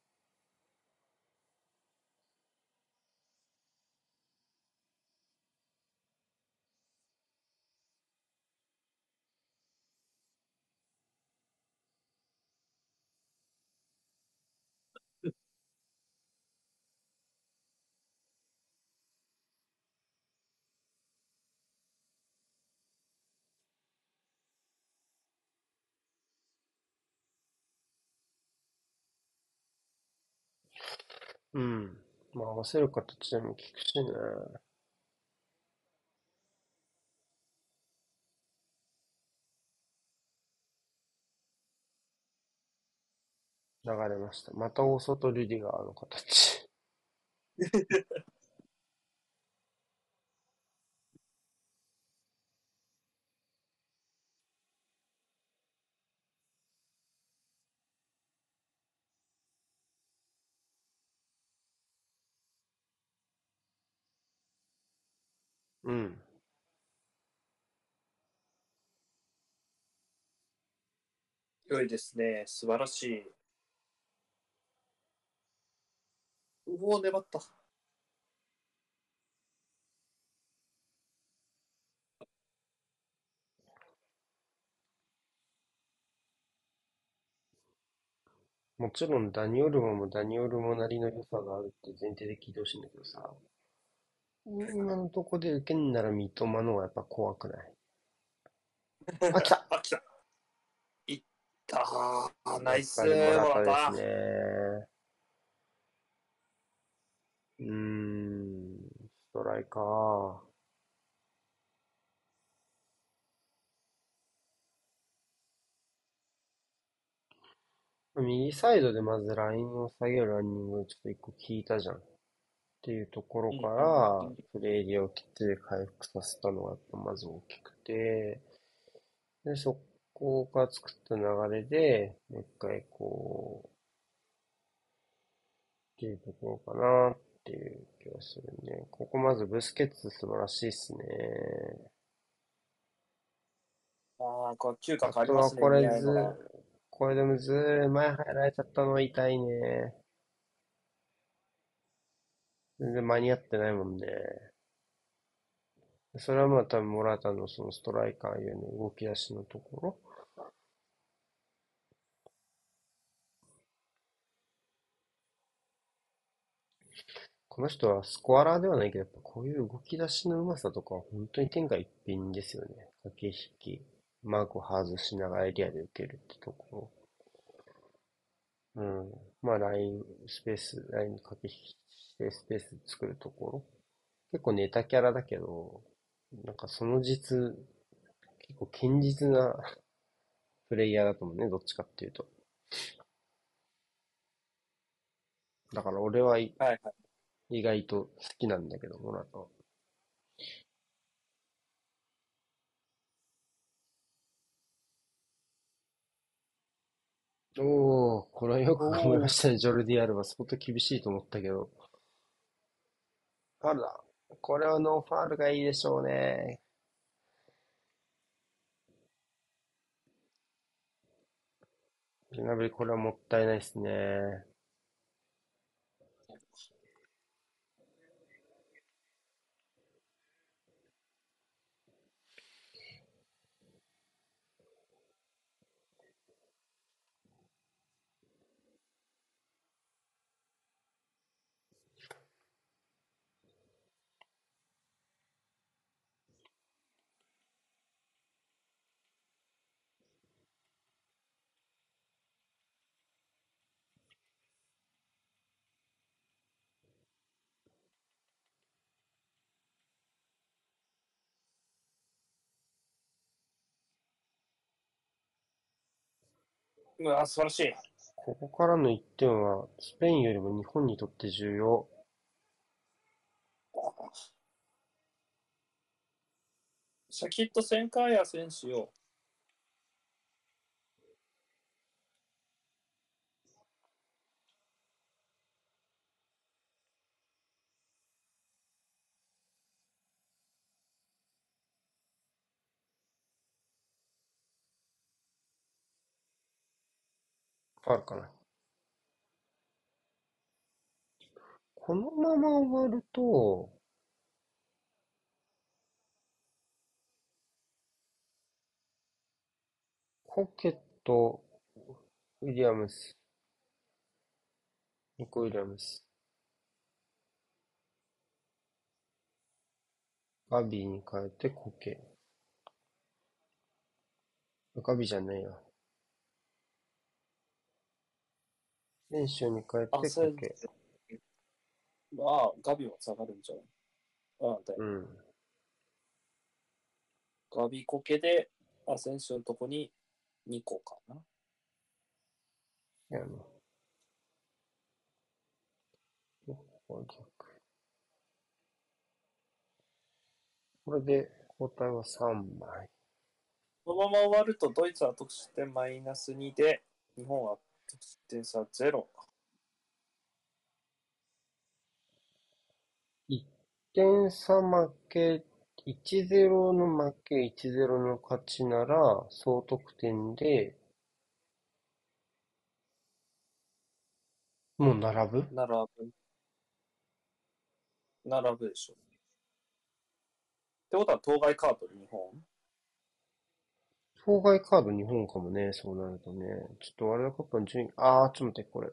うん。まあ合わせる形でも効くしね。流れました。また大外リディガーの形。 うん。 良いですね。素晴らしい。うおー、粘った。 もちろんダニオルモもダニオルモなりの良さがあるって前提で聞いてほしいんだけどさ、今のとこで受けんなら三笘の方がやっぱ怖くない？あ、来た。 あ、来た。いったー。ナイスやっぱりモラもらっタですね。 た。 うーん、ストライカー。右サイドでまずラインを下げるランニングをちょっと一個聞いたじゃん。っていうところかうんうんうら、 ん。 プレーエリアをきっちり回復させたのがやっぱまず大きくて、で、そこが作った流れで、もう一回こう、っていうところかなっていう気がするね。ここまずブスケツ素晴らしいっすね。 ああ、これ嗅覚ありあとはますね、似これず、 合いのが。 これでもずー前入られちゃったのは痛いね。全然間に合ってないもんね。それはまあ多分モラタのそのストライカーへの動き出しのところ。この人はスコアラーではないけど、やっぱこういう動き出しのうまさとかは本当に天下一品ですよね。駆け引き、マークを外しながらエリアで受けるってところ。うん。まあライン、スペース、ライン駆け引きしてスペース作るところ。結構ネタキャラだけど、なんかその実、結構堅実なプレイヤーだと思うね、どっちかっていうと。だから俺はいはいはい。 意外と好きなんだけど、モラタは。おー、これはよおく頑張りまお、 したね、ジョルディ・アルバ。相当厳しいと思ったけど。ファールだ。これはノーファールがいいでしょうね。ジナブリ、これはもったいないですね。 うわ、素晴らしい。 ここからのいってんは、スペインよりも日本にとって重要。 シャキッとセンカーヤ選手を、 ファールかな。このまま終わると、コケット、ウィリアムス、ニコ・ウィリアムス、ガビーに変えてコケ。ガビじゃないや。選手に変えあ、 てそれ、 コケ。 ああ、ガビも下がるんじゃない？ああ、だよ。 うん。 ガビコケで、アセンションのとこににこかな。 やな。これで交代はさんまい。 このまま終わると、ドイツは得失点マイナスにで、日本は得失点差ゼロ。 いってん差負け、 いちたいゼロの負け、いちたいゼロの勝ちなら、総得点でもう並ぶ。 並ぶ、並ぶでしょ。ってことは当該カードで日本。 当該カード日本かもね、そうなるとね。ちょっとワールドカップの順位、あー、ちょっと待って、これ。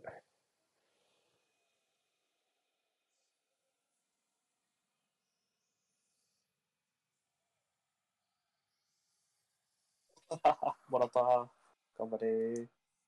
もらった。頑張れー。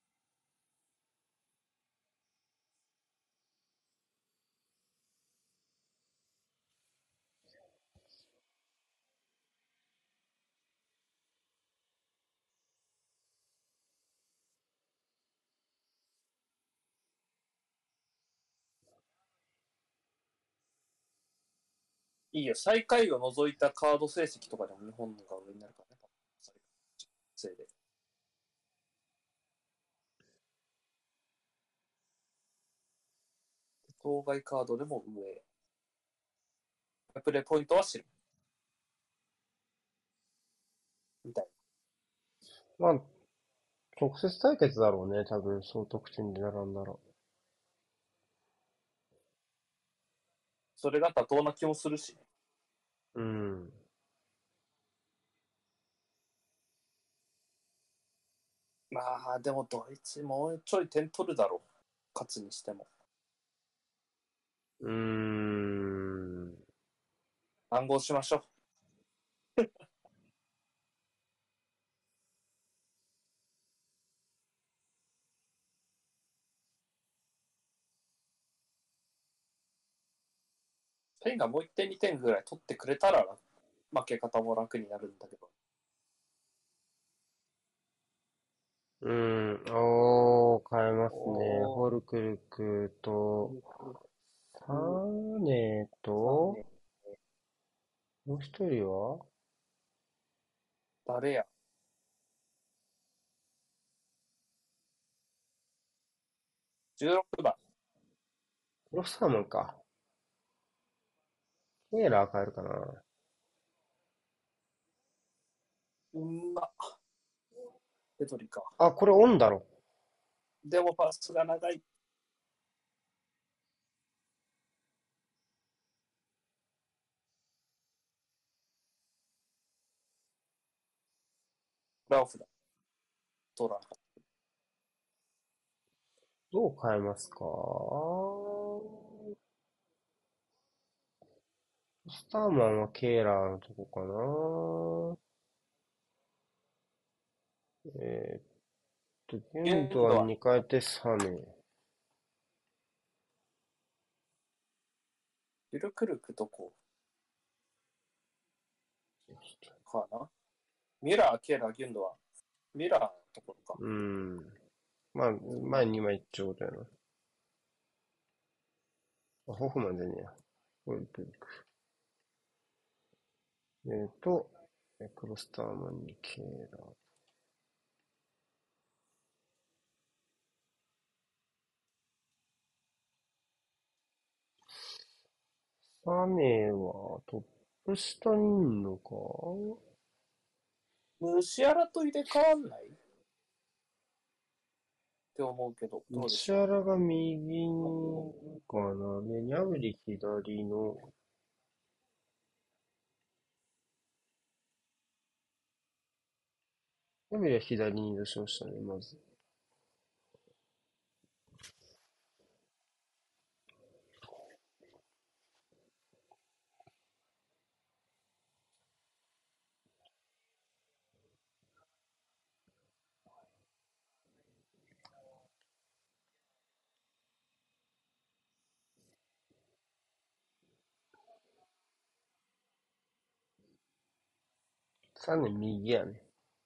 いいよ、最下位を除いたカード成績とかでも日本が上になるからね。せいで。当該カードでも上。プレイポイントは知る。みたいな。 まあ、直接対決だろうね、多分、総得点で並んだら。 それが妥当な気もするしね。 うん。 まあ、でもドイツもうちょい点取るだろう。勝つにしても。 うーん。 暗号しましょう。スペインがもういってんにてんぐらい取ってくれたら負け方も楽になるんだけど。 うん。おー、変えますね。 おホルクルクと、 ー、 サネと、もう一人は誰や？じゅうろくばん。 ロスターマンか。ケーラー変えるかな。 うんま。ペドリか。 あ、これオンだろ。 でもパスが長い。ラオフだ。取らなかっどう変えますか？スターマンはケーラーのとこかな。えーっと、ギた。 ュンドアン現度は、 に変えてサネ。 ゆるくるくどこかな。ミュラー、ケーラー、ギュンドは、ミュラーのところか。 うん。まあ、前にまい一丁だよな。あ、ホフマンじゃねえや。ホルクルク。えーっと、クロスターマンにケーラー。サネはトップ下にいんのか？ ムシアラと入れ替わんないって思うけど、どうでしょシアラが右にかな。で、ニャブリ左の、ニャブリは左に移動しましたね、まず。サネ右やね。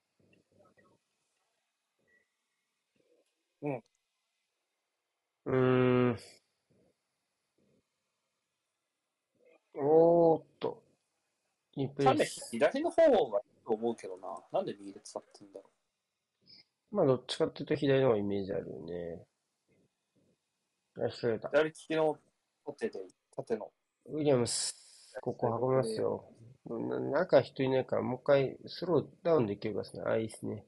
う。うん。 うーん。おーっと、いいプレサネイス。 左の方がいいと思うけどな。なんで右で使ってんだろまあ、どっちかっていうと左の方がイメージあるよね。あ、引かれた。 う。左利きの縦で、縦の。 ウィリアムス、ここ運びますよ。 な中人いないから、もう一回スローダウンできるかですね。あ、いいですね。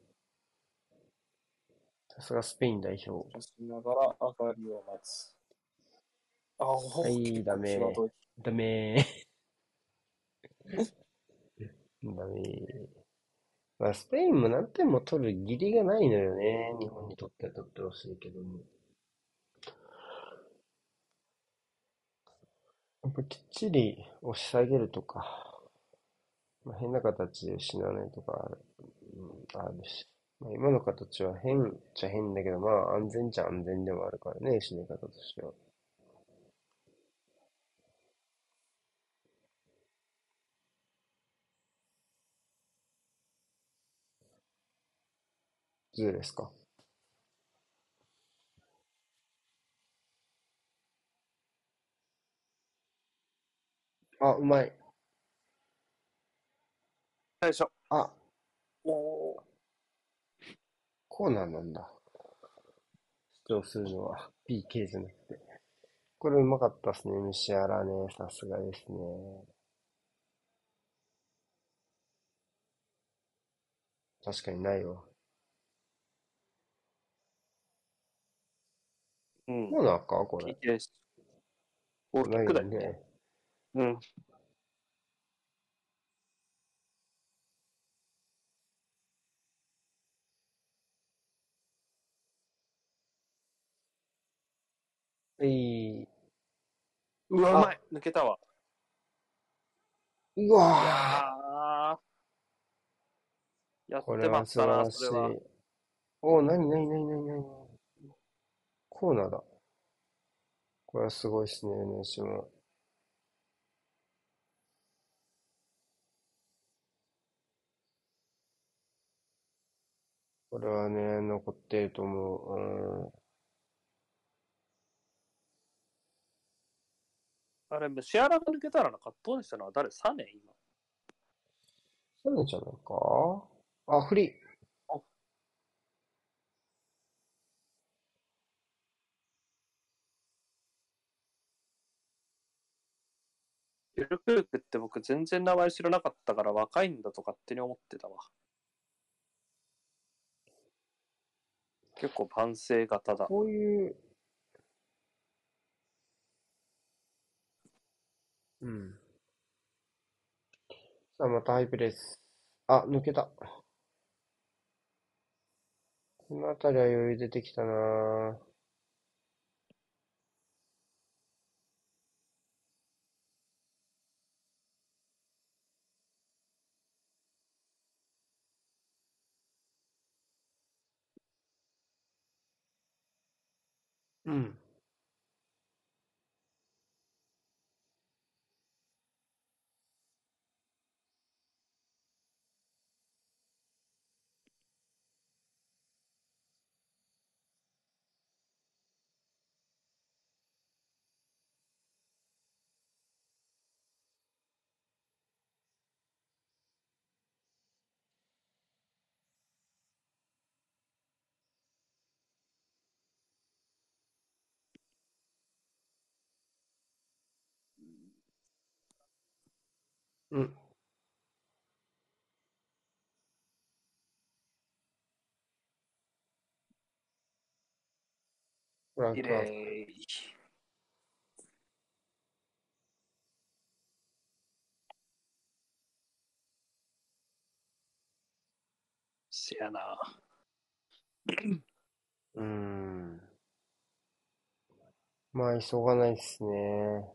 さすがスペイン代表。 しながら上がりを待つ。あ、おお、 はい、 結構ダメ。 際どい。 ダメ。ダメ。まあ、スペインも何点も取る義理がないのよね。日本にとっては取ってほしいけども。やっぱきっちり押し下げるとか、まあ、変な形で失わないとかある、うん、あるし。まあ、今の形は変っちゃ変だけど、まあ安全っちゃ安全でもあるからね、失い方としては。ズーですか？あ、うまい。 最初。 あ、 おお、 コーナーなんだ。主張するのは ピーケー じゃなくて。これうまかったっすね、ムシアラね。さすがですね。確かにないわ。 うん。 コーナーかこれ。 ピーケー です。ゴールキッないクだよね。 よね。 うん。 えい。 うわ、うまあ、 い。抜けたわ。 ういやわー。 ー、やってこれはまったな、 素晴らそれは。 しい。おー、なになになになになにコーナーだ。これはすごいっすね、練も。これはね、残っていると思あれ、シアラが抜けたらな、カットインしたのは誰？サネ今。 う。ん。そうじゃないか？あ、フリー。 あ、ユルクルクって僕全然名前知らなかったから若いんだと勝手に思ってたわ。結構万世型だ。 こういう、うん。さあ、またハイプレス。あ、抜けた。このあたりは余裕出てきたな。うん。うん。フラッ綺グアップ。 麗。せやな。 うーん。まあ、急がないっすね。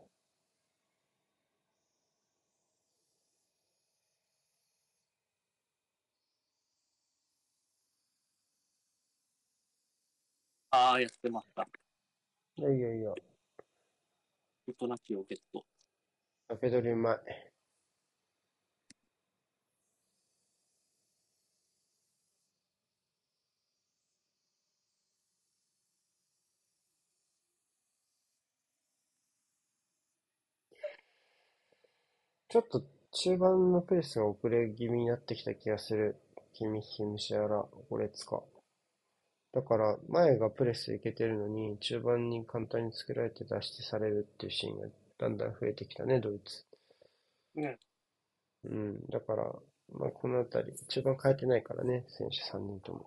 ああ、やってました。 いやいやいや。 事なきをゲット。 ペドリうまい。ちょっと中盤のペースが遅れ気味になってきた気がする。キミッヒ、ムシアラ、ゴレツカ。だから前がプレスいけてるのに中盤に簡単に作られて出してされるっていうシーンがだんだん増えてきたね、ドイツ。 うん。 うん。だから、まあ、このあたり、一番変えてないからね、選手さんにんとも。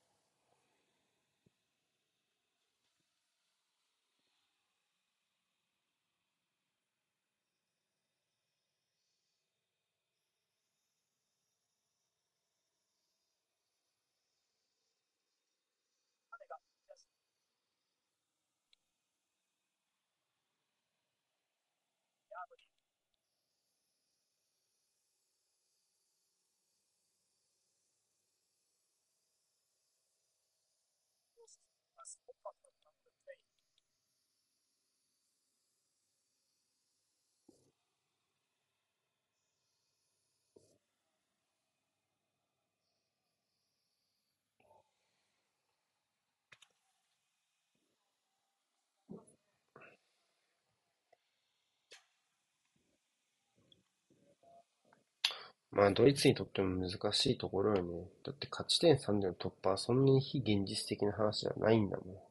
まあ、ドイツにとっても難しいところよね。だって勝ち点さんでの突破はそんなに非現実的な話じゃないんだもん。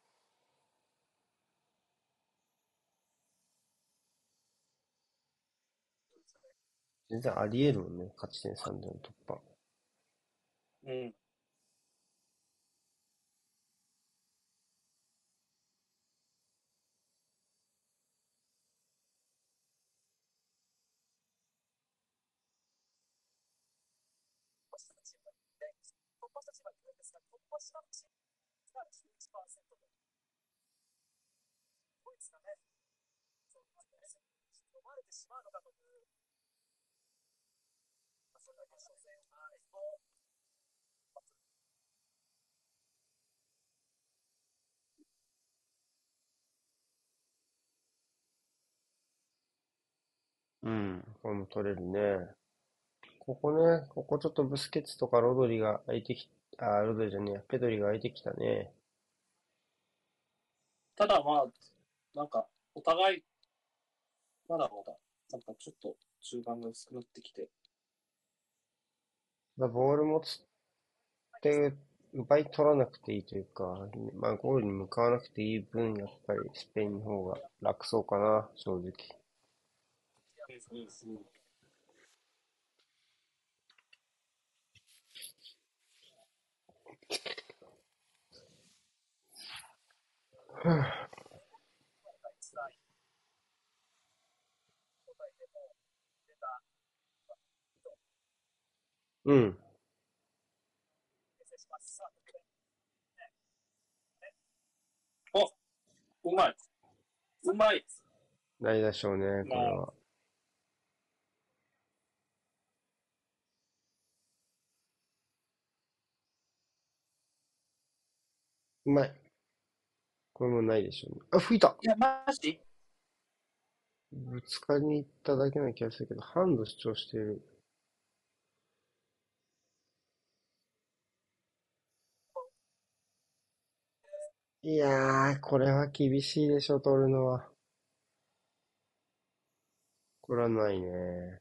全然あり得るもんね、勝ち点さんでの突破。 うん。 うん、これも取れるね。ここね、ここちょっとブスケツとかロドリが空いてき、あ、ロドリじゃねえや、ペドリが空いてきたね。 ただまあ、なんか、お互い、まだまだ、なんかちょっと中盤が薄くなってきて、 まあ、ボール持つって奪い取らなくていいというか、まあ、ゴールに向かわなくていい分、やっぱりスペインの方が楽そうかな、正直。 うんうんうん、 お、うまい。うまい。 ないでしょうね、 まあ、 これは。うまい。これもないでしょうね。あ、吹いた。 いや、マジぶつかりに行っただけな気がするけど、ハンド主張している。いやー、これは厳しいでしょ、取るのは。これはないね。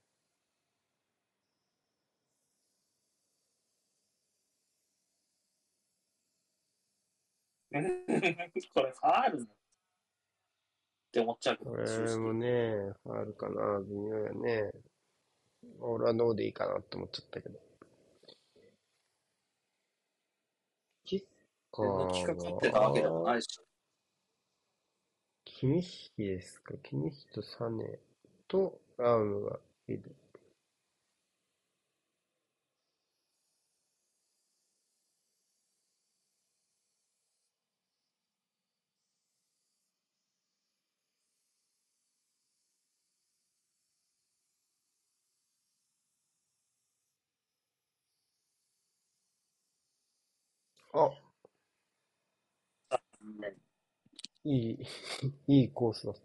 これ、ファールって思っちゃうけど、 これも正直。 ね、あるかな、微妙やね。俺はノーでいいかなって思っちゃったけど。キッカー抜きかかってたわけでもなは、 いし。 キミヒですか？キミヒとサネとラウムがいる。あ、 うんいい、いいコースだった。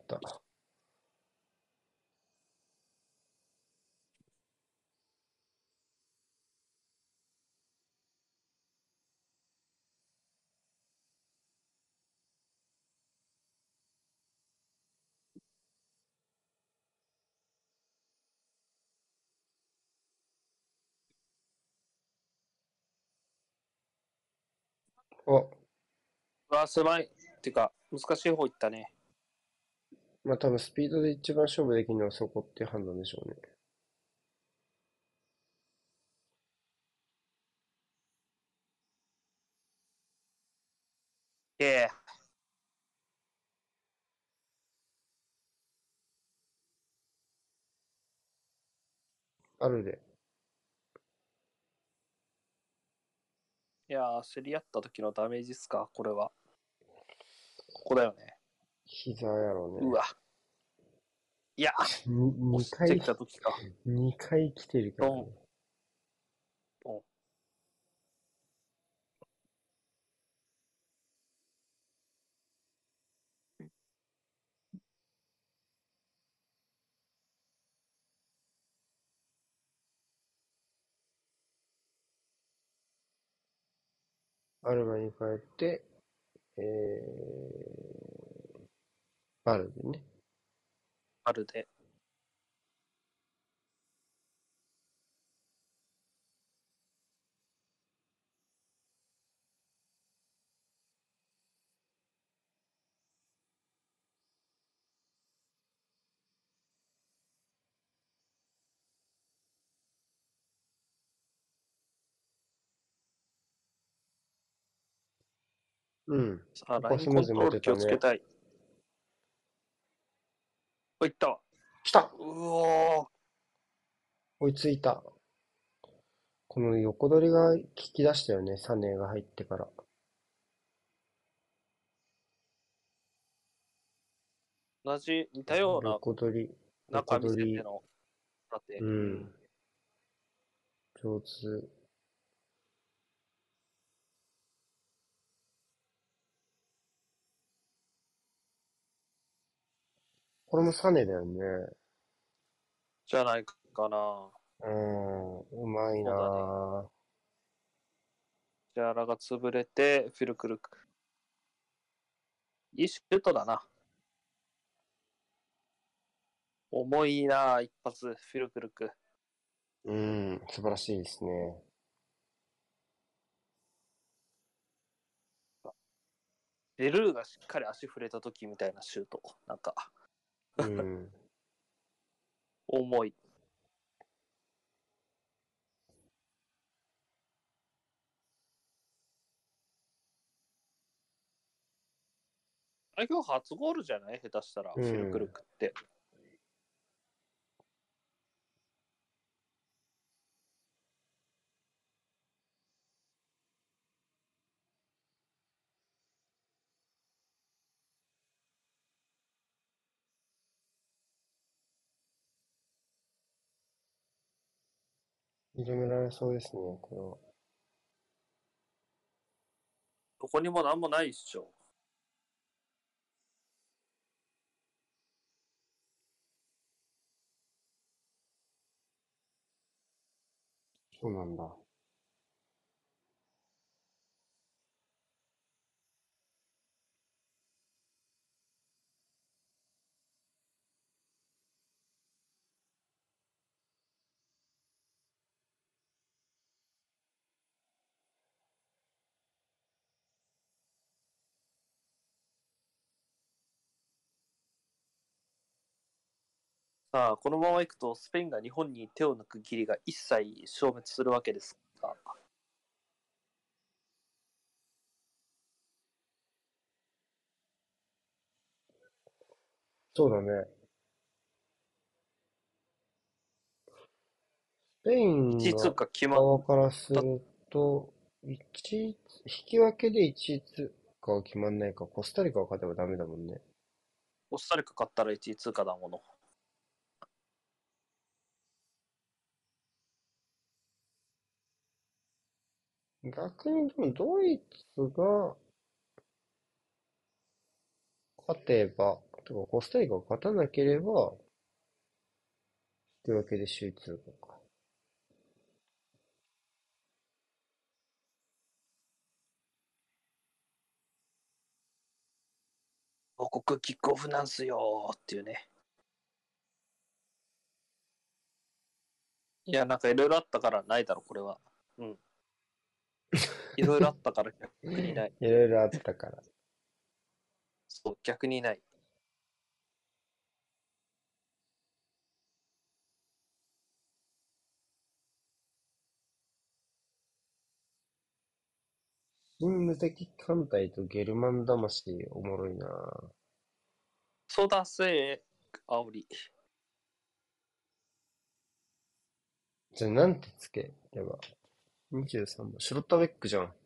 あ、 うわ、狭い。っていうか、難しい方いったね。 まあ多分スピードで一番勝負できるのはそこっていう判断でしょうね。 ええ。 あるで。 いやー、競り合った時のダメージっすか、これは。ここだよね。 膝やろうね。 うわ。いや、 に2回、 押してきた時か。 にかい来てるからね。 ドン、ドン。 アルバに帰って、えー、バルでね。 あるで。 うん。 さあ、 ここラインはスムーズに持コントロール気てたね。 をつけたい。お、いったわ。 来た。 うおー。 追いついた。この横取りが効き出したよね。サネが入ってから。 同じ、似たような横取り、横中見せ取り。 ての、だって、 ううん。 ん。上手。これもサネだよね。 じゃないかな。 うん。うまいなそうだね。 ぁ。 ジャラが潰れて、フィルクルク。いいシュートだな。重いな、一発、フィルクルク。 うん。素晴らしいですね。 ベルーがしっかり足触れた時みたいなシュート。なんか、 うん。 重い。あれ今日初ゴールじゃない下手したら、 うフィルクルん。 クって。 認められそうですね、これは。 どこにもなんもないっしょ。 そうなんだ。 さあ、このままいくと、スペインが日本に手を抜く義理が一切消滅するわけですが、 そうだね。スペインいち通が過決まっ側からすた、 ると、一、引き分けでいち通過は決まんないか。コスタリカが勝てばダメだもんね。 コスタリカ勝ったらいちい通過だもの。 逆にでもドイツが勝てば、てかコスタリカが勝たなければ、引き分けで首位通過か。 母国キックオフなんすよーっていうね。いや、なんかいろいろあったからないだろ、これは。うん。いろいろあったから逆にない。 いろいろあったから。 そう、逆にない。 神無敵艦隊とゲルマン魂おもろいな。 ソダセ煽り。 じゃあなんてつければ。にじゅうさんばん。シュロッターベックじゃん。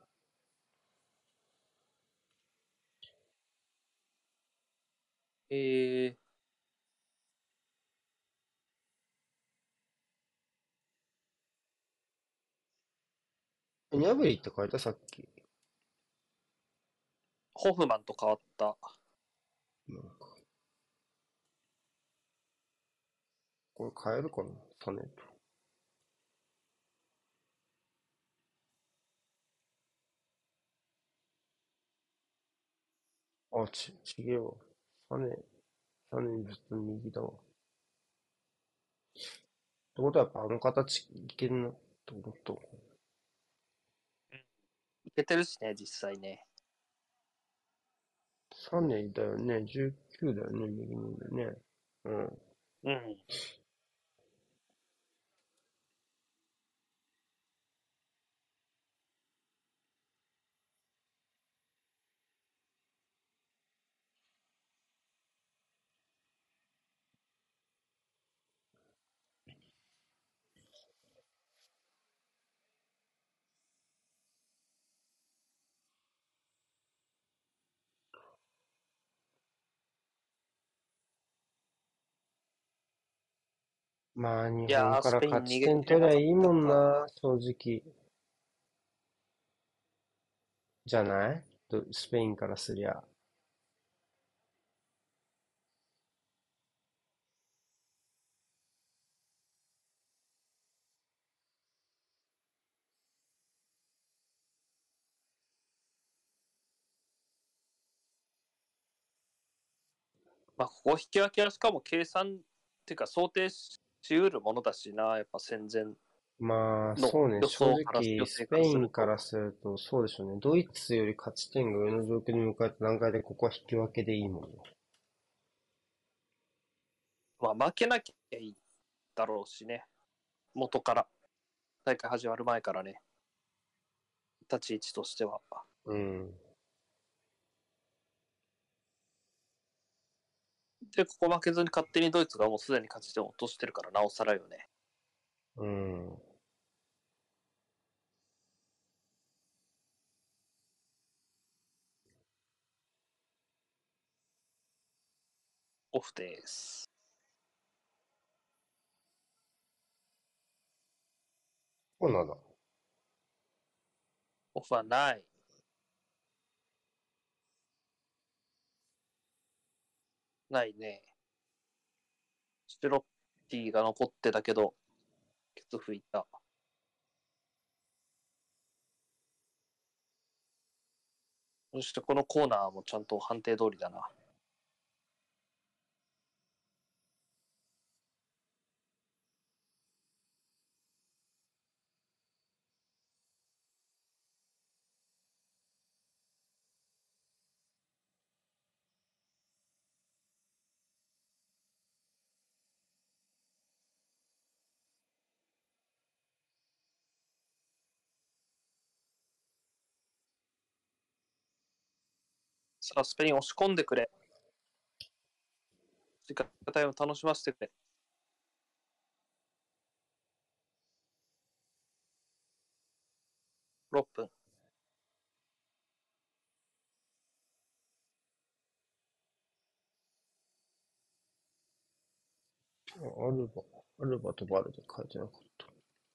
えー、 ニャブリって書いたさっき。 ホフマンと変わった。 なんか。これ変えるかな種と。あ、ち、ちげえわ。種、種ずっと右だわ。ってことはやっぱあの形いけるなと思ったわ。 いけてるしね、実際ね。 種だよね。じゅうきゅうだよね。右にだよね。うん。 うん。 まあ、日いやー、 本からスペイン勝ち逃げきれ点取りゃなかったいいもんか。 な、正直。じゃないとスペインからすりゃ。 まあ、ここ引き分けはしかも計算っていうか想定しうるものだしな、やっぱ戦前まあ、 のそうね、 予正想から、 直、 予定かスペイらすると。 ンからすると、そうでしょうね。ドイツより勝ち点が上の状況に向かった段階で、ここは引き分けでいいもんね。 まあ、負けなきゃいいだろうしね。元から。大会始まる前からね。立ち位置としては。 うん。 で、ここ負けずに勝手にドイツがもうすでに勝ち点を落としてるから、なおさらよね。 うん。 オフです。 そうなんだ。 オフはない。ないね。シュロッティが残ってたけど、ケツ拭いた。そしてこのコーナーもちゃんと判定通りだな。さあ、スペイン押し込んでくれ。時間タイム楽しませてくれ。ろっぷん。 アルバ、アルバとバルで書いてなかった。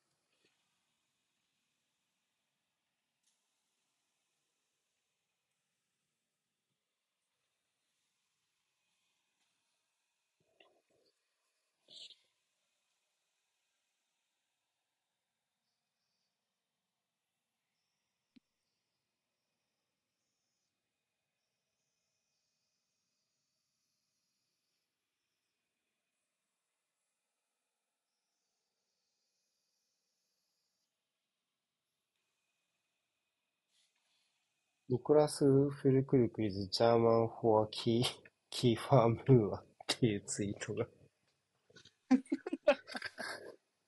ニコラス・フルクルク is German for key, key farm っていうツイートが。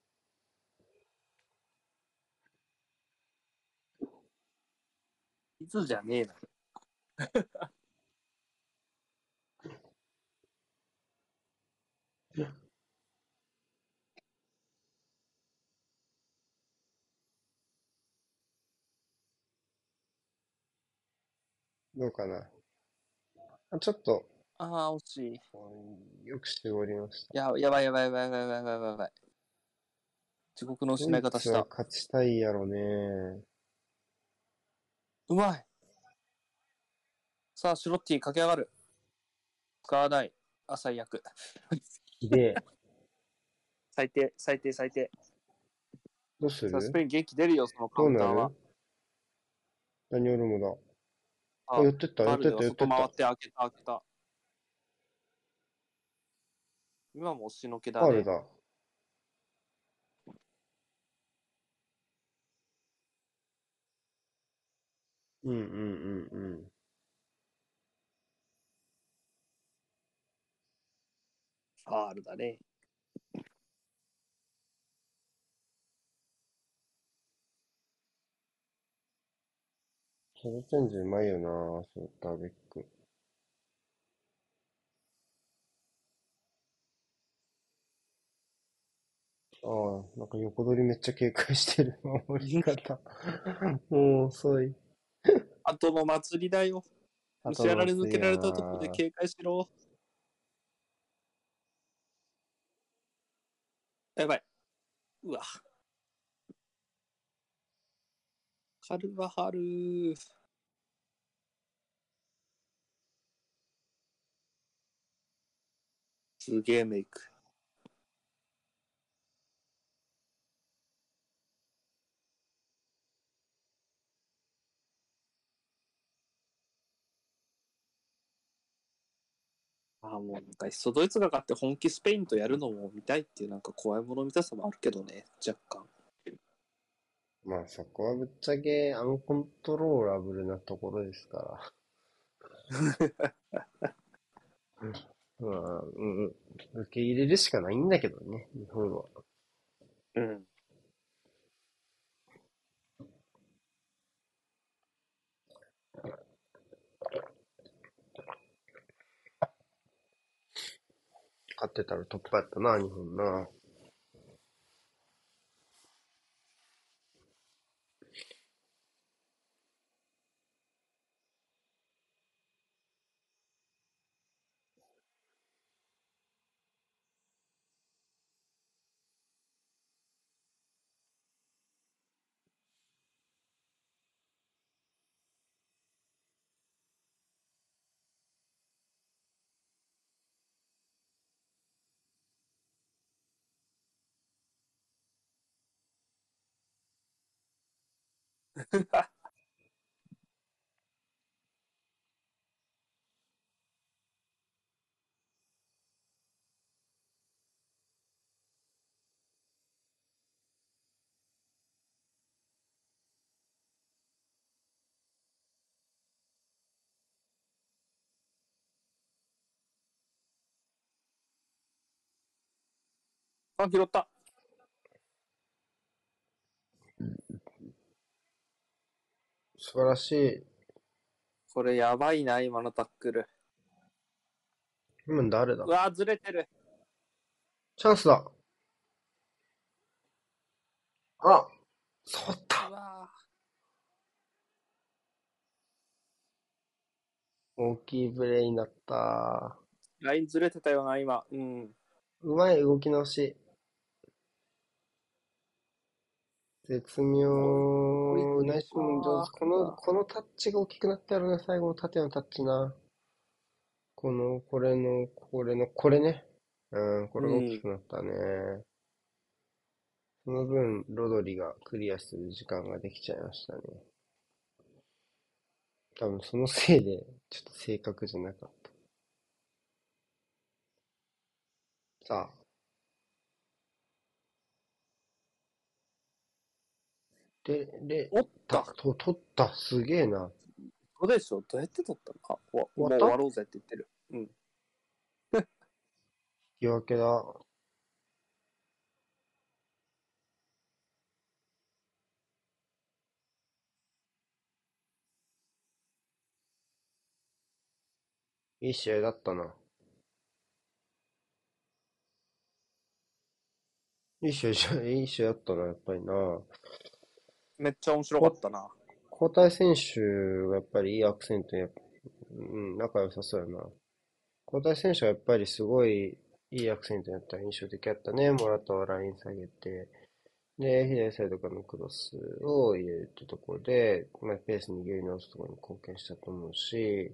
いズじゃねえな。 どうかな。あ、ちょっと、 ああ、惜しい。 うんよく絞りました。 や、やばいやばいやばいやばいやばいやばいやばい。地獄の失いドイツは方した。 勝ちたいやろね。 うまい。さあ、シュロッティ駆け上がる。使わない。あ、最悪。 ひでえ。 最低、最低、最低。さあ、スどうする？ ペイン元気出るよ、そのカウンターは。 どうなる？ダニオルモだ。あ、 あ、 寄ってった、寄バルデってった、寄ってった。 が外回って開けた、開けた。今も押しのけだね。 ファールだ。うんうんうんうん。 ファールだね。 シャドチェンジうまいよな、そう、ダーベック。ああ、なんか横取りめっちゃ警戒してる。守り方。もう遅い。 あとの祭りだよ。虫やられ抜後のせいやけられたとこでな。 警戒しろ。やばい。うわ。カルバハル。すげえメイク。ああ、もうなんか、いっそドイツが勝って本気スペインとやるのも見たいっていうなんか怖いもの見たさもあるけどね、若干。 まあそこはぶっちゃけアンコントローラブルなところですから。まあ、うんうん。受け入れるしかないんだけどね、日本は。 うん。 勝ってたらトップやったな、日本な。 あ、拾った。 素晴らしい。 これやばいな、今のタックル。 今の誰だ？ うわ、ずれてる。 チャンスだ。あ、触っうた。 わ。 大きいプレイになった。 ラインずれてたよな、今。うん。 うまい動き直し。絶妙。 追いつナイスも上手。 かこの、このタッチが大きくなったやろな、最後の縦のタッチな。この、これの、これの、これね。うん、これが大きうん。 くなったね。その分、ロドリがクリアする時間ができちゃいましたね。多分そのせいで、ちょっと正確じゃなかった。さあ。で、で、 おった。 た、と、取った。すげえな。 どうでしょうどうやって取ったの？あ、もう終わった終わろうぜって言ってる。うん。 引き分けだ。 いい試合だったな。いい試合じゃ、いい試合だったな、やっぱりな。 めっちゃ面白かこったな。 交代選手がやっぱりいいアクセントや、うん、仲良さそうやな。交代選手はやっぱりすごいいいアクセントになった印象的だったね。モラタはライン下げて、で、左サイドからのクロスを入れるってところで、まあ、ペースに握り直すところに貢献したと思うし、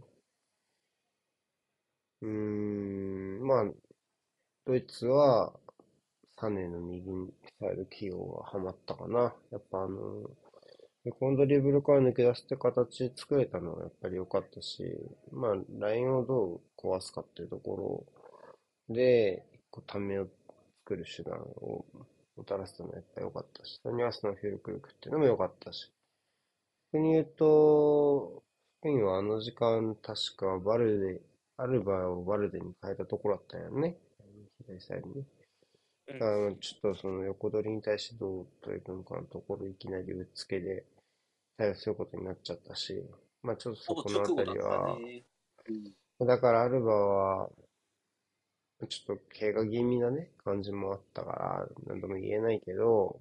うーん、まあ、ドイツはサネの右サイド起用がハマったかな。やっぱあの、横のドリブルから抜け出して形作れたのはやっぱり良かったし、まあ、ラインをどう壊すかっていうところで、一個ためを作る手段をもたらすのはやっぱ良かったし、それに合わせのフィルクルクっていうのも良かったし、逆に言うと、スペインはあの時間確かバルデ、アルバをバルデに変えたところだったんやね。左サイドに。 うん。 あの、ちょっとその横取りに対してどう取り組むかのところいきなりうっつけで対応することになっちゃったし、まあちょっとそほぼこのあた直後だったりは、 ね。うん。 だからアルバは、ちょっと怪我気味なね、感じもあったから、なんとも言えないけど、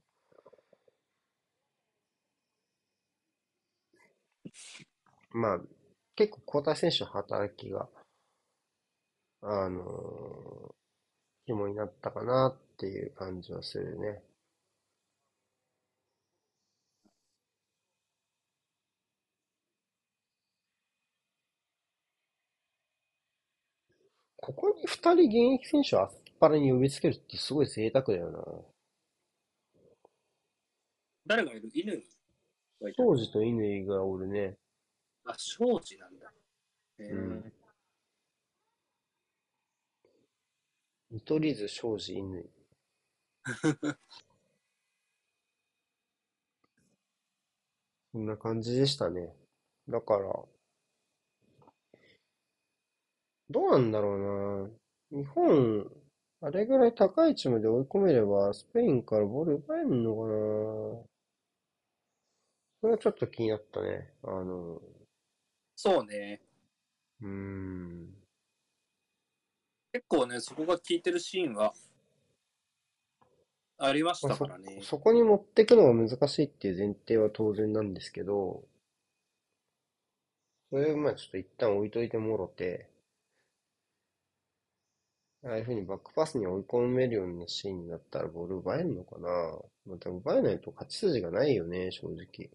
まあ、結構交代選手の働きが、あのー、肝になったかなっていう感じはするね。ここに二人現役選手をあっぱれに呼びつけるってすごい贅沢だよな。 誰がいる？犬がいたっけ？ 庄司と乾がおるね。 あ、庄司なんだ。へうん。 え。 見取り図、庄司、乾。そんな感じでしたね。だから、どうなんだろうな。日本、あれぐらい高い位置まで追い込めれば、スペインからボール奪えるのかな。それはちょっと気になったね。あの、 そうね。 うーん。 結構ね、そこが効いてるシーンはありましまあ、 たかそ、 らね。 そこに持っていくのが難しいっていう前提は当然なんですけど、それをまあちょっと一旦置いといてもろて、ああいうふうにバックパスに追い込めるようなシーンになったらボール奪えるのかな。また奪えないと勝ち筋がないよね、正直。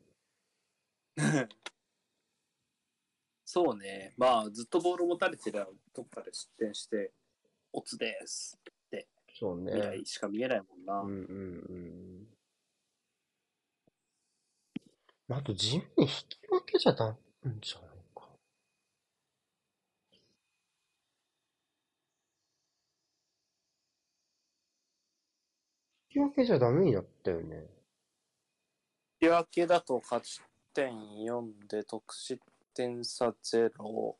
そうね。まあ、ずっとボール持たれてりゃ、どっかで失点して、オツですってそうね。 未来しか見えないもんな。 うんうんうん。まあ、あと地味に引き分けじゃダメんじゃないか。引き分けじゃダメになったよね。 引き分けだと勝ち点よんで得失点差ゼロ。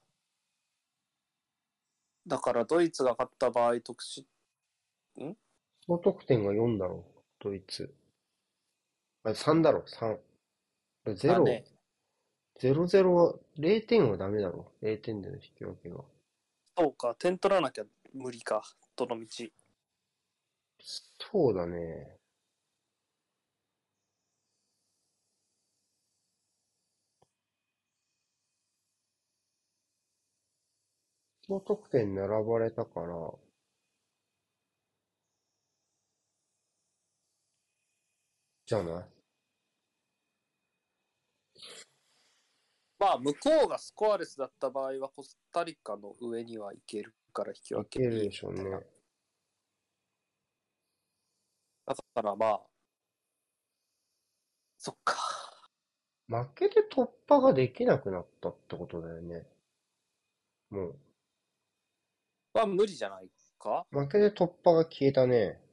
だからドイツが勝った場合、得失、ん総得点がよんだろう、ドイツ。あ、さんだろ、さん。ゼロ、 だね。 ゼロゼロは、れいてんはダメだろ。れいてんでの引き分けが。 そうか、点取らなきゃ無理か、どの道。 そうだね。総得点並ばれたから、じゃない？ まあ、向こうがスコアレスだった場合は、コスタリカの上にはいけるから引き分けいいいけるでしょうね。 みたいな。だからまあ、そっか。 負けで突破ができなくなったってことだよね。もまあ、無理じゃないか。 う、負けで突破が消えたね。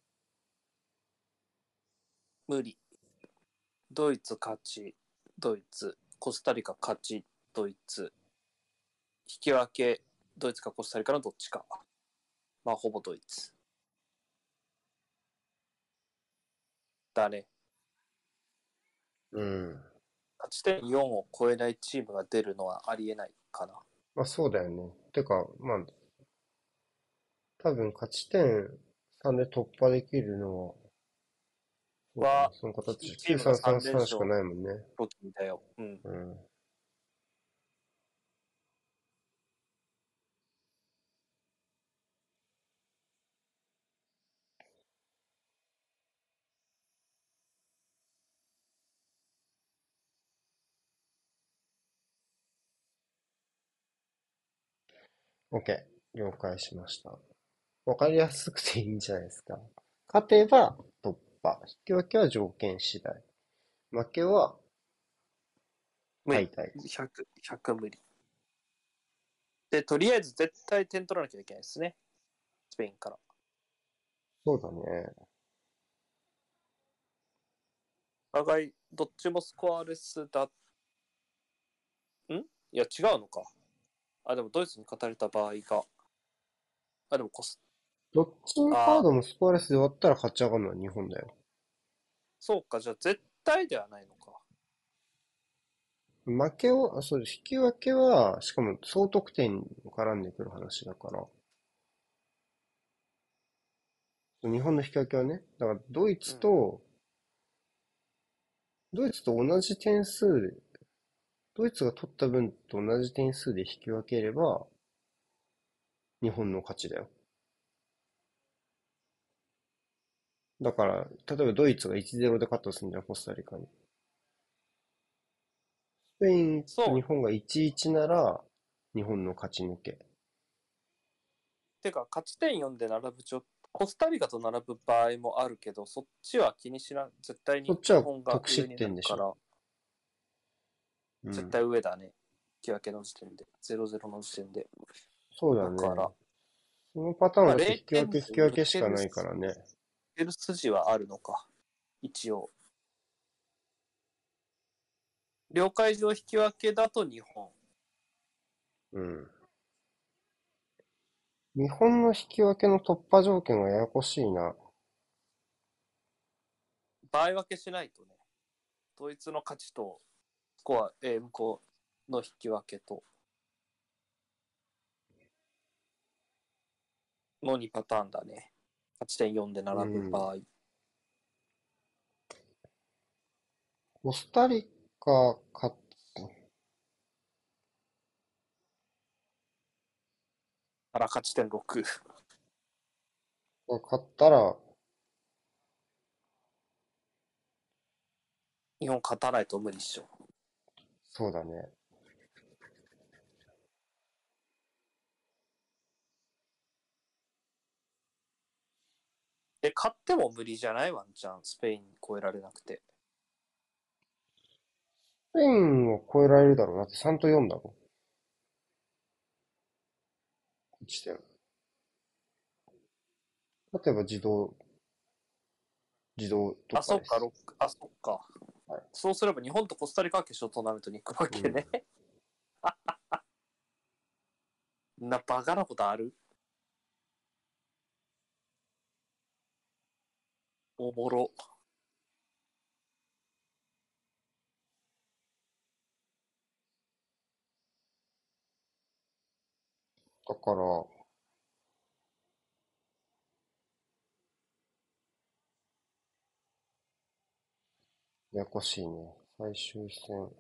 無理。ドイツ勝ち、ドイツ。コスタリカ勝ち、ドイツ。引き分け、ドイツかコスタリカのどっちか。まあ、ほぼドイツ。だね。 うん。 勝ち点よんを超えないチームが出るのはありえないかな。 まあそうだよね。てか、まあ多分勝ち点さんで突破できるのは、そうだね。 は、 その形、 いちチームがさん連きゅうさんさんさんしか勝ないもんね。 時だよ。うん。 うん。OK。了解しました。わかりやすくていいんじゃないですか。勝てば突破。引き分けは条件次第。負けは無理。 敗退。 ひゃく、ひゃく無理。で、とりあえず絶対点取らなきゃいけないですね。スペインから。 そうだね。 お互い、どっちもスコアレスだ。んいや、違うのか。あ、でもドイツに勝たれた場合が。あ、でもコス、 どっちのカーあ、 ドもスコアレスで終わったら勝ち上がるのは日本だよ。 そうか。じゃあ絶対ではないのか。 負けを、あ、そうです。引き分けは、しかも総得点に絡んでくる話だから。日本の引き分けはね。だからドイうん。 ツと、ドイツと同じ点数で、ドイツが取った分と同じ点数で引き分ければ、日本の勝ちだよ。だから、例えばドイツがいちたいゼロで勝ったとするんじゃん、コスタリカに。スペインと日そう。 本がいちたいいちなら、日本の勝ち抜け。 てか、勝ち点よんで並ぶちょ、コスタリカと並ぶ場合もあるけど、そっちは気にしな、絶対にそっちは日本が得失上にな点でしょ。 るから、絶うん。 対上だね。引き分けの時点で。ゼロゼロの時点で。 そうだね。 だから、 そのパターンはまあだって引 0点でき分け引き分抜ける、 けしかないか抜らね。 ける筋はあるのか。一応。了解上引き分けだと日本。 うん。日本の引き分けの突破条件はややこしいな。 場合分けしないとね。ドイツの勝ちと、スコア、えー向こうの引き分けと、のにパターンだね。勝ち点よんで並ぶうん。 場合。 コスタリカ勝あら、勝ち点ろく。 勝ったら、 日本勝たないと無理っしょ。 そうだね。 え、勝っても無理じゃないワンチャン。スペインに超えられなくて。 スペインを超えられるだろうなってさんとよんだろ。いちてん。勝てば自動、自動突あ、そっか、 破です。 ろく。あ、そっか。 はい。 そうすれば日本とコスタリカは決勝トーナメントに行くわうん。 けね。な、バカなことある？おもろ。 だから、ややこしいね。最終戦。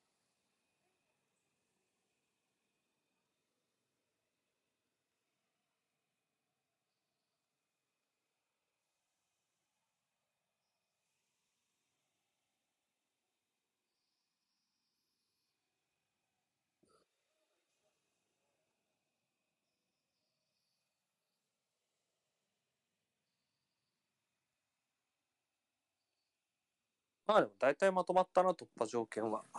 まあでも大体まとまったな、突破条件は。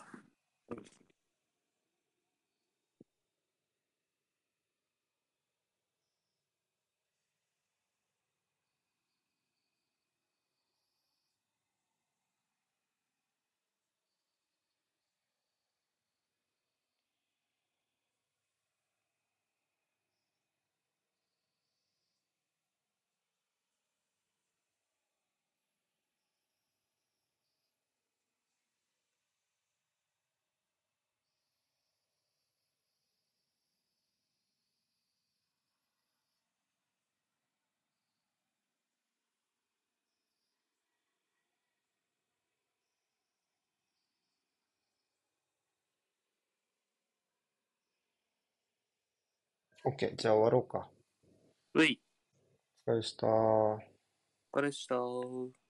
OK、じゃあ終わろうか。 うい、 お疲れ様でした。 お疲れっした。